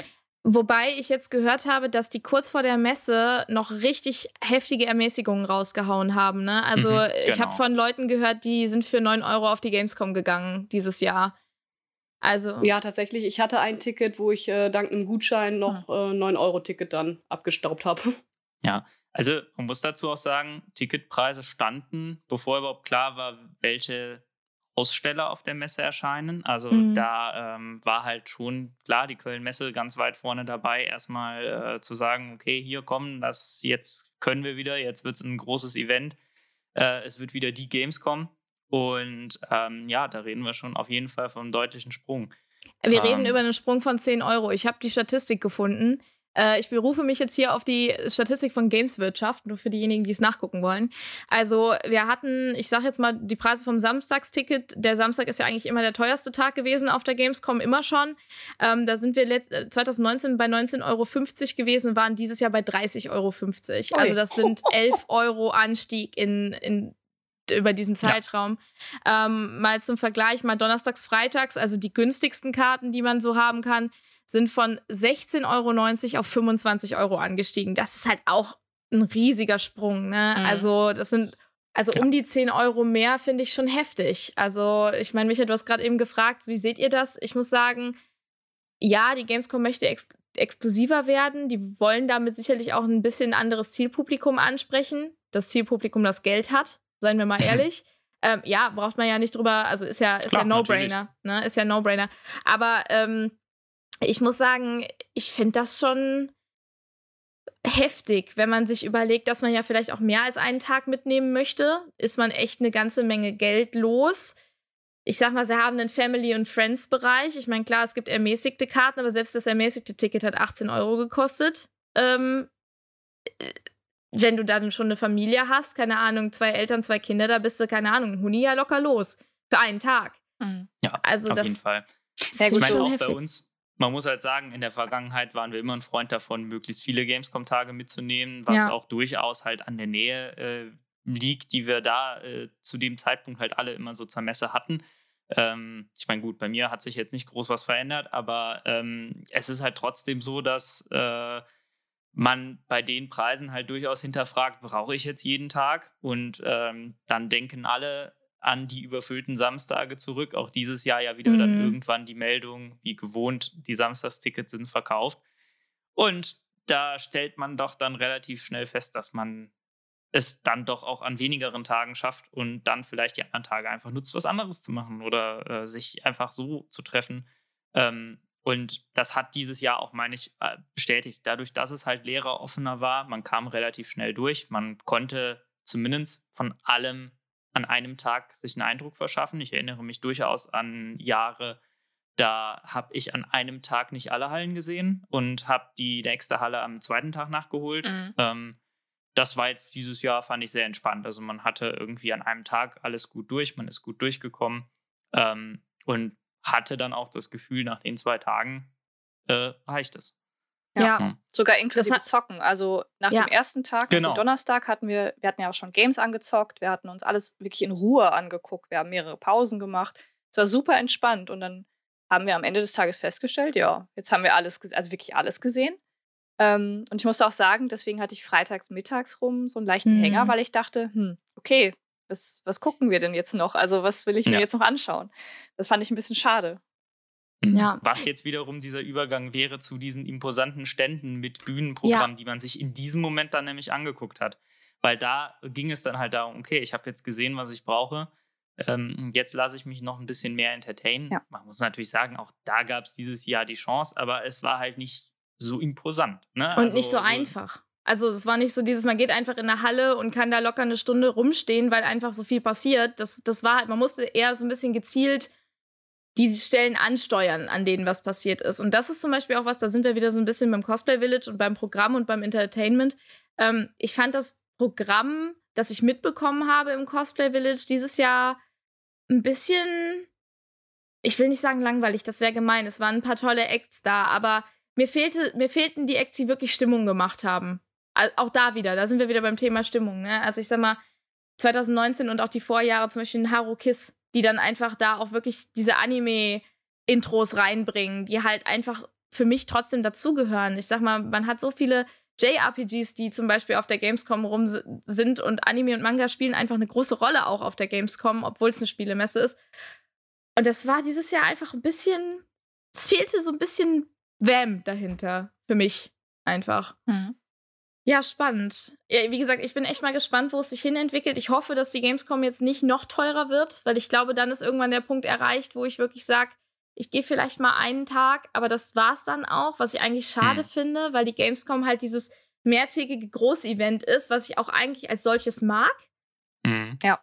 Wobei ich jetzt gehört habe, dass die kurz vor der Messe noch richtig heftige Ermäßigungen rausgehauen haben. Ne? Also Mhm, ich genau. habe von Leuten gehört, die sind für neun Euro auf die Gamescom gegangen dieses Jahr. Also Ja, tatsächlich. Ich hatte ein Ticket, wo ich äh, dank einem Gutschein noch äh, neun Euro Ticket dann abgestaubt habe. Ja, also man muss dazu auch sagen, Ticketpreise standen, bevor überhaupt klar war, welche Aussteller auf der Messe erscheinen. Also Mhm. da ähm, war halt schon klar, die Köln-Messe ganz weit vorne dabei, erstmal äh, zu sagen, okay, hier kommen, das jetzt können wir wieder, jetzt wird es ein großes Event. Äh, es wird wieder die Gamescom. Und ähm, ja, da reden wir schon auf jeden Fall von einem deutlichen Sprung. wir ähm, reden über einen Sprung von zehn Euro. Ich habe die Statistik gefunden. Äh, ich berufe mich jetzt hier auf die Statistik von Gameswirtschaft, nur für diejenigen, die es nachgucken wollen. Also wir hatten, ich sage jetzt mal, die Preise vom Samstagsticket. Der Samstag ist ja eigentlich immer der teuerste Tag gewesen auf der Gamescom, immer schon. Ähm, da sind wir letzt, zwanzig neunzehn bei neunzehn Euro fünfzig gewesen und waren dieses Jahr bei dreißig Euro fünfzig. Ui. Also das sind elf Euro Anstieg in, in über diesen Zeitraum. Ja. Ähm, mal zum Vergleich, mal donnerstags, freitags, also die günstigsten Karten, die man so haben kann, sind von sechzehn Euro neunzig auf fünfundzwanzig Euro angestiegen. Das ist halt auch ein riesiger Sprung, ne? Mhm. Also das sind, also Ja. um die zehn Euro mehr finde ich schon heftig. Also ich meine, Michael, du hast gerade eben gefragt, wie seht ihr das? Ich muss sagen, ja, die Gamescom möchte ex exklusiver werden. Die wollen damit sicherlich auch ein bisschen anderes Zielpublikum ansprechen. Das Zielpublikum, das Geld hat, seien wir mal ehrlich. ähm, ja, braucht man ja nicht drüber, also ist ja, ist Klar, ja No-Brainer. Ne? Ist ja No-Brainer. Aber ähm, ich muss sagen, ich finde das schon heftig, wenn man sich überlegt, dass man ja vielleicht auch mehr als einen Tag mitnehmen möchte, ist man echt eine ganze Menge Geld los. Ich sag mal, sie haben einen Family- und Friends-Bereich. Ich meine, klar, es gibt ermäßigte Karten, aber selbst das ermäßigte Ticket hat achtzehn Euro gekostet. Ähm, wenn du dann schon eine Familie hast, keine Ahnung, zwei Eltern, zwei Kinder, da bist du, keine Ahnung, ein Huni ja locker los. Für einen Tag. Mhm. Ja, Also auf das- jeden Fall. Sehr Ich gut. meine, schon auch heftig. bei uns, man muss halt sagen, in der Vergangenheit waren wir immer ein Freund davon, möglichst viele Gamescom-Tage mitzunehmen, was Ja. auch durchaus halt an der Nähe äh, liegt, die wir da äh, zu dem Zeitpunkt halt alle immer so zur Messe hatten. Ähm, ich meine, gut, bei mir hat sich jetzt nicht groß was verändert, aber ähm, es ist halt trotzdem so, dass äh, man bei den Preisen halt durchaus hinterfragt, brauche ich jetzt jeden Tag? Und ähm, dann denken alle an die überfüllten Samstage zurück. Auch dieses Jahr ja wieder Mhm. dann irgendwann die Meldung, wie gewohnt, die Samstagstickets sind verkauft. Und da stellt man doch dann relativ schnell fest, dass man es dann doch auch an wenigeren Tagen schafft und dann vielleicht die anderen Tage einfach nutzt, was anderes zu machen oder äh, sich einfach so zu treffen. Ähm, und das hat dieses Jahr auch, meine ich, äh, bestätigt. Dadurch, dass es halt lehreroffener war, man kam relativ schnell durch, man konnte zumindest von allem an einem Tag sich einen Eindruck verschaffen. Ich erinnere mich durchaus an Jahre, da habe ich an einem Tag nicht alle Hallen gesehen und habe die nächste Halle am zweiten Tag nachgeholt. Mhm. Ähm, das war jetzt dieses Jahr, fand ich sehr entspannt. Also man hatte irgendwie an einem Tag alles gut durch, man ist gut durchgekommen ähm, und hatte dann auch das Gefühl, nach den zwei Tagen äh, reicht es. Ja, ja. Sogar inklusive Zocken. Also nach ja. dem ersten Tag, genau. dem Donnerstag, hatten wir, wir hatten ja auch schon Games angezockt, wir hatten uns alles wirklich in Ruhe angeguckt, wir haben mehrere Pausen gemacht. Es war super entspannt und dann haben wir am Ende des Tages festgestellt, ja, jetzt haben wir alles, also wirklich alles gesehen. Ähm, und ich musste auch sagen, deswegen hatte ich freitags mittags rum so einen leichten mhm. Hänger, weil ich dachte, hm, okay, was, was gucken wir denn jetzt noch? Also was will ich mir ja. jetzt noch anschauen? Das fand ich ein bisschen schade. Ja. Was jetzt wiederum dieser Übergang wäre zu diesen imposanten Ständen mit Bühnenprogramm, ja. die man sich in diesem Moment dann nämlich angeguckt hat. Weil da ging es dann halt darum, okay, ich habe jetzt gesehen, was ich brauche. Ähm, jetzt lasse ich mich noch ein bisschen mehr entertainen. Ja. Man muss natürlich sagen, auch da gab es dieses Jahr die Chance, aber es war halt nicht so imposant. Ne? Und also, nicht so, so einfach. Also es war nicht so dieses, man geht einfach in eine Halle und kann da locker eine Stunde rumstehen, weil einfach so viel passiert. Das, das war halt, man musste eher so ein bisschen gezielt die Stellen ansteuern, an denen was passiert ist. Und das ist zum Beispiel auch was, da sind wir wieder so ein bisschen beim Cosplay Village und beim Programm und beim Entertainment. Ähm, ich fand das Programm, das ich mitbekommen habe im Cosplay Village dieses Jahr ein bisschen, ich will nicht sagen langweilig, das wäre gemein. Es waren ein paar tolle Acts da, aber mir, fehlte, mir fehlten die Acts, die wirklich Stimmung gemacht haben. Also auch da wieder, da sind wir wieder beim Thema Stimmung. Ne? Also ich sag mal, zwanzig neunzehn und auch die Vorjahre, zum Beispiel in Haru Kiss, die dann einfach da auch wirklich diese Anime-Intros reinbringen, die halt einfach für mich trotzdem dazugehören. Ich sag mal, man hat so viele J R P Gs, die zum Beispiel auf der Gamescom rum sind und Anime und Manga spielen einfach eine große Rolle auch auf der Gamescom, obwohl es eine Spielemesse ist. Und das war dieses Jahr einfach ein bisschen, es fehlte so ein bisschen Wham dahinter, für mich einfach. Mhm. Ja, spannend. Ja, wie gesagt, ich bin echt mal gespannt, wo es sich hinentwickelt. Ich hoffe, dass die Gamescom jetzt nicht noch teurer wird, weil ich glaube, dann ist irgendwann der Punkt erreicht, wo ich wirklich sage, ich gehe vielleicht mal einen Tag, aber das war's dann auch, was ich eigentlich schade hm. finde, weil die Gamescom halt dieses mehrtägige Großevent ist, was ich auch eigentlich als solches mag. Hm. Ja.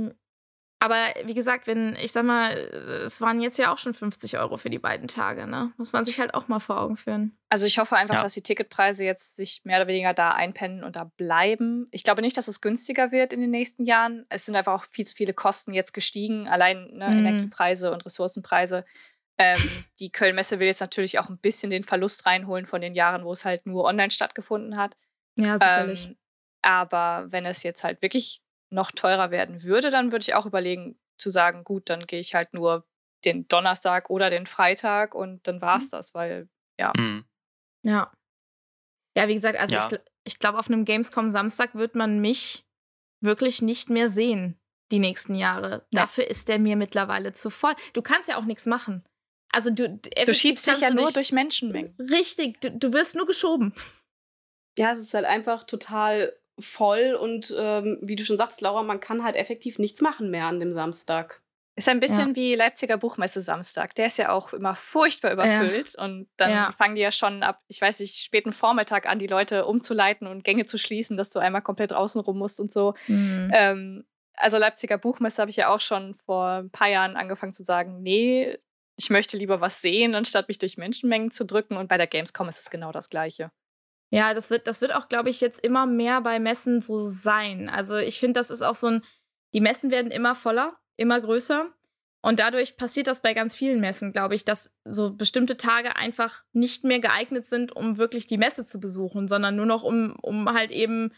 Aber wie gesagt, wenn, ich sag mal, es waren jetzt ja auch schon fünfzig Euro für die beiden Tage, ne? Muss man sich halt auch mal vor Augen führen. Also ich hoffe einfach, ja. dass die Ticketpreise jetzt sich mehr oder weniger da einpennen und da bleiben. Ich glaube nicht, dass es günstiger wird in den nächsten Jahren. Es sind einfach auch viel zu viele Kosten jetzt gestiegen, allein ne, Mhm. Energiepreise und Ressourcenpreise. Ähm, die Köln-Messe will jetzt natürlich auch ein bisschen den Verlust reinholen von den Jahren, wo es halt nur online stattgefunden hat. Ja, sicherlich. Ähm, aber wenn es jetzt halt wirklich noch teurer werden würde, dann würde ich auch überlegen, zu sagen, gut, dann gehe ich halt nur den Donnerstag oder den Freitag und dann war's Mhm. das, weil, ja. Mhm. Ja. Ja, wie gesagt, also Ja. ich, gl- ich glaube, auf einem Gamescom Samstag wird man mich wirklich nicht mehr sehen, die nächsten Jahre. Ja. Dafür ist der mir mittlerweile zu voll. Du kannst ja auch nichts machen. Also du, Du schiebst dich ja nur durch Menschenmengen. Richtig, du, du wirst nur geschoben. Ja, es ist halt einfach total voll und ähm, wie du schon sagst, Laura, man kann halt effektiv nichts machen mehr an dem Samstag. Ist ein bisschen wie Leipziger Buchmesse Samstag. Der ist ja auch immer furchtbar überfüllt. Und dann Ja. fangen die ja schon ab, ich weiß nicht, späten Vormittag an, die Leute umzuleiten und Gänge zu schließen, dass du einmal komplett außen rum musst und so. Mhm. Ähm, also Leipziger Buchmesse habe ich ja auch schon vor ein paar Jahren angefangen zu sagen, nee, ich möchte lieber was sehen, anstatt mich durch Menschenmengen zu drücken. Und bei der Gamescom ist es genau das Gleiche. Ja, das wird, das wird auch, glaube ich, jetzt immer mehr bei Messen so sein. Also ich finde, das ist auch so ein, die Messen werden immer voller, immer größer. Und dadurch passiert das bei ganz vielen Messen, glaube ich, dass so bestimmte Tage einfach nicht mehr geeignet sind, um wirklich die Messe zu besuchen, sondern nur noch, um, um halt eben,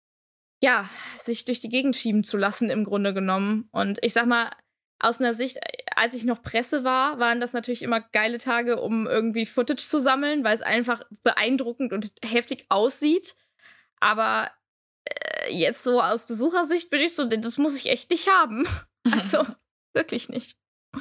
ja, sich durch die Gegend schieben zu lassen, im Grunde genommen. Und ich sag mal, aus einer Sicht, als ich noch Presse war, waren das natürlich immer geile Tage, um irgendwie Footage zu sammeln, weil es einfach beeindruckend und heftig aussieht. Aber äh, jetzt so aus Besuchersicht bin ich so, das muss ich echt nicht haben. Also, wirklich nicht.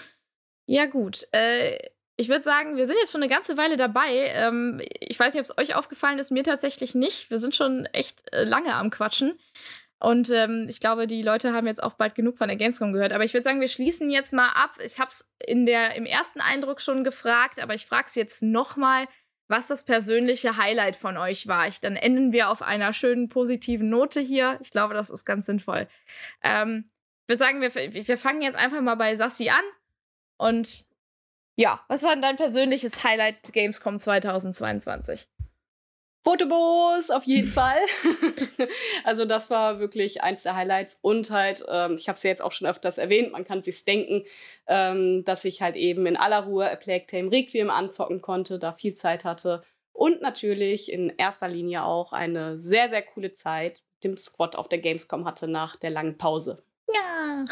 Ja, gut. Äh, ich würde sagen, wir sind jetzt schon eine ganze Weile dabei. Ähm, ich weiß nicht, ob es euch aufgefallen ist, mir tatsächlich nicht. Wir sind schon echt äh, lange am Quatschen. Und ähm, ich glaube, die Leute haben jetzt auch bald genug von der Gamescom gehört. Aber ich würde sagen, wir schließen jetzt mal ab. Ich habe es in der, im ersten Eindruck schon gefragt, aber ich frage es jetzt nochmal, was das persönliche Highlight von euch war. Ich, dann enden wir auf einer schönen positiven Note hier. Ich glaube, das ist ganz sinnvoll. Ähm, würde sagen, wir, wir fangen jetzt einfach mal bei Sassi an. Und ja, was war denn dein persönliches Highlight Gamescom zweitausendzweiundzwanzig? Fotobos, auf jeden Fall. Also das war wirklich eins der Highlights. Und halt, ähm, ich habe es ja jetzt auch schon öfters erwähnt, man kann sich's denken, ähm, dass ich halt eben in aller Ruhe A Plague Tale Requiem anzocken konnte, da viel Zeit hatte. Und natürlich in erster Linie auch eine sehr, sehr coole Zeit mit dem Squad auf der Gamescom hatte nach der langen Pause. Ja.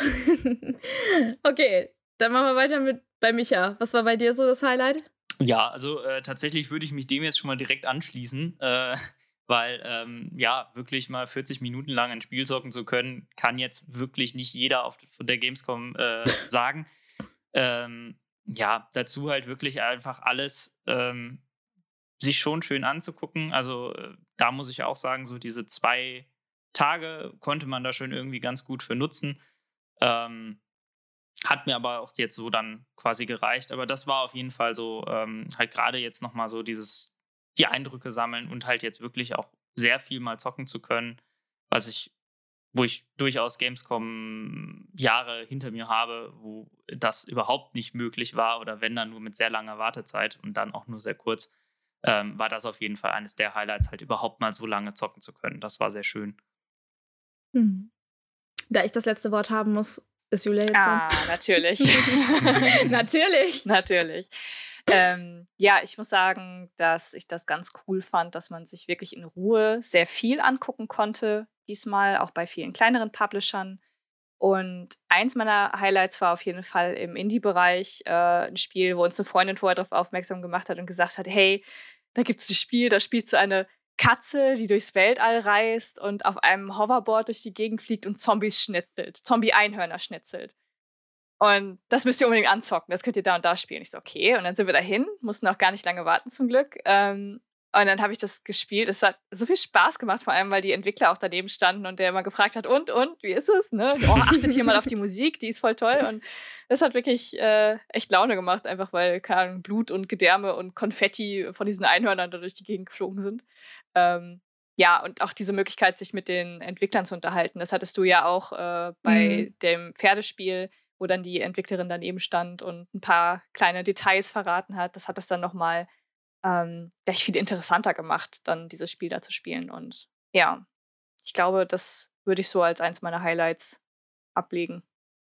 Okay, dann machen wir weiter mit bei Micha. Was war bei dir so das Highlight? Ja, also äh, tatsächlich würde ich mich dem jetzt schon mal direkt anschließen, äh, weil ähm, ja, wirklich mal vierzig Minuten lang ein Spiel zocken zu können, kann jetzt wirklich nicht jeder auf der Gamescom äh, sagen. Ähm, ja, dazu halt wirklich einfach alles ähm, sich schon schön anzugucken. Also äh, da muss ich auch sagen, so diese zwei Tage konnte man da schon irgendwie ganz gut für nutzen. Ähm, Hat mir aber auch jetzt so dann quasi gereicht. Aber das war auf jeden Fall so, ähm, halt gerade jetzt nochmal so dieses, die Eindrücke sammeln und halt jetzt wirklich auch sehr viel mal zocken zu können, was ich, wo ich durchaus Gamescom Jahre hinter mir habe, wo das überhaupt nicht möglich war oder wenn dann nur mit sehr langer Wartezeit und dann auch nur sehr kurz, ähm, war das auf jeden Fall eines der Highlights, halt überhaupt mal so lange zocken zu können. Das war sehr schön. Hm. Da ich das letzte Wort haben muss, ist Julia jetzt Ah, dran? natürlich. Natürlich. Natürlich. Ähm, ja, ich muss sagen, dass ich das ganz cool fand, dass man sich wirklich in Ruhe sehr viel angucken konnte. Diesmal auch bei vielen kleineren Publishern. Und eins meiner Highlights war auf jeden Fall im Indie-Bereich äh, ein Spiel, wo uns eine Freundin vorher darauf aufmerksam gemacht hat und gesagt hat, hey, da gibt es ein Spiel, da spielst du eine Katze, die durchs Weltall reist und auf einem Hoverboard durch die Gegend fliegt und Zombies schnitzelt. Zombie-Einhörner schnitzelt. Und das müsst ihr unbedingt anzocken. Das könnt ihr da und da spielen. Ich so, okay. Und dann sind wir dahin, mussten auch gar nicht lange warten zum Glück. Ähm, und dann habe ich das gespielt. Es hat so viel Spaß gemacht, vor allem, weil die Entwickler auch daneben standen und der immer gefragt hat, und, und, wie ist es? Ne? Oh, achtet hier mal auf die Musik, die ist voll toll. Und das hat wirklich äh, echt Laune gemacht, einfach weil, keine Ahnung, Blut und Gedärme und Konfetti von diesen Einhörnern da durch die Gegend geflogen sind. Ähm, ja, und auch diese Möglichkeit, sich mit den Entwicklern zu unterhalten. Das hattest du ja auch äh, bei mhm. dem Pferdespiel, wo dann die Entwicklerin daneben stand und ein paar kleine Details verraten hat. Das hat es dann nochmal ähm, gleich viel interessanter gemacht, dann dieses Spiel da zu spielen. Und ja, ich glaube, das würde ich so als eins meiner Highlights ablegen.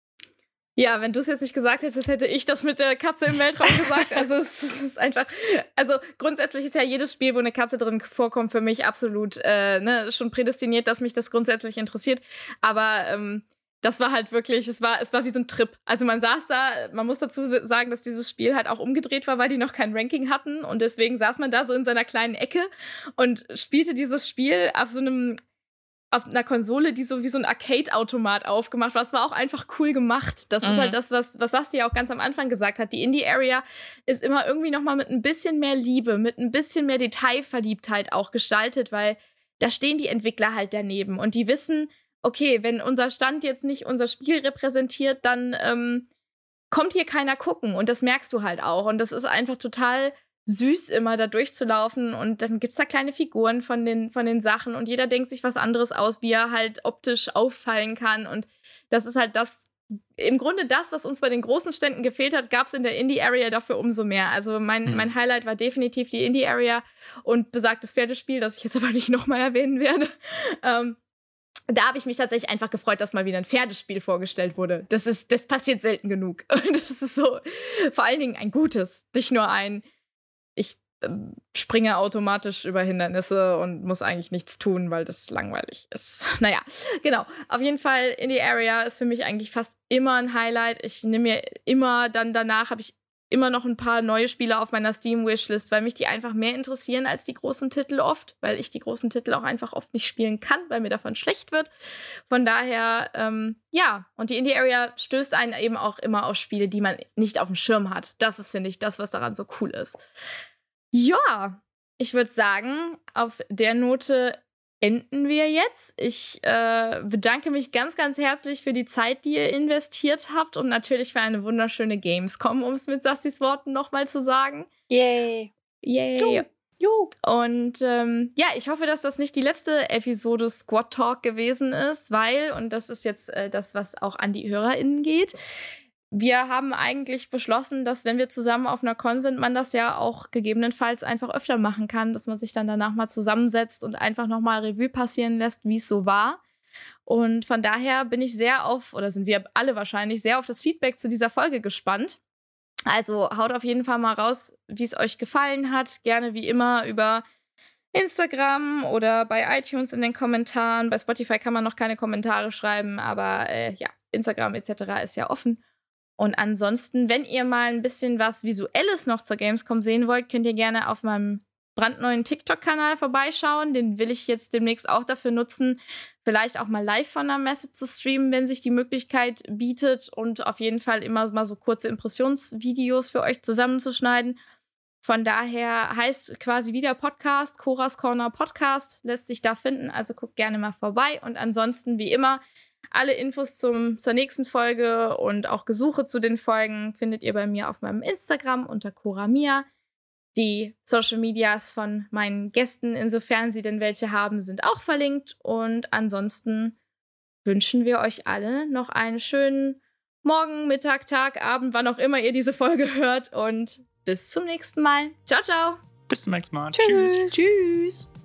Ja, wenn du es jetzt nicht gesagt hättest, hätte ich das mit der Katze im Weltraum gesagt. Also es ist einfach, also grundsätzlich ist ja jedes Spiel, wo eine Katze drin vorkommt, für mich absolut äh, ne, schon prädestiniert, dass mich das grundsätzlich interessiert. Aber ähm, das war halt wirklich, es war, es war wie so ein Trip. Also man saß da, man muss dazu sagen, dass dieses Spiel halt auch umgedreht war, weil die noch kein Ranking hatten. Und deswegen saß man da so in seiner kleinen Ecke und spielte dieses Spiel auf so einem, auf einer Konsole, die so wie so ein Arcade-Automat aufgemacht war. Das war auch einfach cool gemacht. Das mhm. ist halt das, was, was Sassi ja auch ganz am Anfang gesagt hat. Die Indie-Area ist immer irgendwie noch mal mit ein bisschen mehr Liebe, mit ein bisschen mehr Detailverliebtheit auch gestaltet, weil da stehen die Entwickler halt daneben und die wissen, okay, wenn unser Stand jetzt nicht unser Spiel repräsentiert, dann ähm, kommt hier keiner gucken. Und das merkst du halt auch. Und das ist einfach total süß, immer da durchzulaufen. Und dann gibt's da kleine Figuren von den, von den Sachen. Und jeder denkt sich was anderes aus, wie er halt optisch auffallen kann. Und das ist halt das, im Grunde das, was uns bei den großen Ständen gefehlt hat, gab's in der Indie-Area dafür umso mehr. Also mein, mhm. mein Highlight war definitiv die Indie-Area und besagtes Pferdespiel, das ich jetzt aber nicht nochmal erwähnen werde. Ähm, Da habe ich mich tatsächlich einfach gefreut, dass mal wieder ein Pferdespiel vorgestellt wurde. Das ist, das passiert selten genug. Und das ist so, vor allen Dingen ein gutes. Nicht nur ein, ich äh, springe automatisch über Hindernisse und muss eigentlich nichts tun, weil das langweilig ist. Naja, genau. Auf jeden Fall, Indie-Area ist für mich eigentlich fast immer ein Highlight. Ich nehme mir immer, dann danach habe ich immer noch ein paar neue Spiele auf meiner Steam-Wishlist, weil mich die einfach mehr interessieren als die großen Titel oft, weil ich die großen Titel auch einfach oft nicht spielen kann, weil mir davon schlecht wird. Von daher, ähm, ja, und die Indie-Area stößt einen eben auch immer auf Spiele, die man nicht auf dem Schirm hat. Das ist, finde ich, das, was daran so cool ist. Ja, ich würde sagen, auf der Note enden wir jetzt. Ich äh, bedanke mich ganz, ganz herzlich für die Zeit, die ihr investiert habt und natürlich für eine wunderschöne Gamescom, um es mit Sassis Worten nochmal zu sagen. Yay! Yay! Jo. Und ähm, ja, ich hoffe, dass das nicht die letzte Episode Squad Talk gewesen ist, weil, und das ist jetzt äh, das, was auch an die HörerInnen geht, wir haben eigentlich beschlossen, dass wenn wir zusammen auf einer Con sind, man das ja auch gegebenenfalls einfach öfter machen kann, dass man sich dann danach mal zusammensetzt und einfach nochmal Revue passieren lässt, wie es so war. Und von daher bin ich sehr auf, oder sind wir alle wahrscheinlich, sehr auf das Feedback zu dieser Folge gespannt. Also haut auf jeden Fall mal raus, wie es euch gefallen hat. Gerne wie immer über Instagram oder bei iTunes in den Kommentaren. Bei Spotify kann man noch keine Kommentare schreiben, aber äh, ja, Instagram et cetera ist ja offen. Und ansonsten, wenn ihr mal ein bisschen was Visuelles noch zur Gamescom sehen wollt, könnt ihr gerne auf meinem brandneuen TikTok-Kanal vorbeischauen. Den will ich jetzt demnächst auch dafür nutzen, vielleicht auch mal live von der Messe zu streamen, wenn sich die Möglichkeit bietet. Und auf jeden Fall immer mal so kurze Impressionsvideos für euch zusammenzuschneiden. Von daher heißt quasi wieder Podcast, Coras Corner Podcast, lässt sich da finden. Also guckt gerne mal vorbei. Und ansonsten, wie immer, alle Infos zum, zur nächsten Folge und auch Gesuche zu den Folgen findet ihr bei mir auf meinem Instagram unter Coramia. Die Social Medias von meinen Gästen, insofern sie denn welche haben, sind auch verlinkt. Und ansonsten wünschen wir euch alle noch einen schönen Morgen, Mittag, Tag, Abend, wann auch immer ihr diese Folge hört. Und bis zum nächsten Mal. Ciao, ciao. Bis zum nächsten Mal. Tschüss. Tschüss. Tschüss.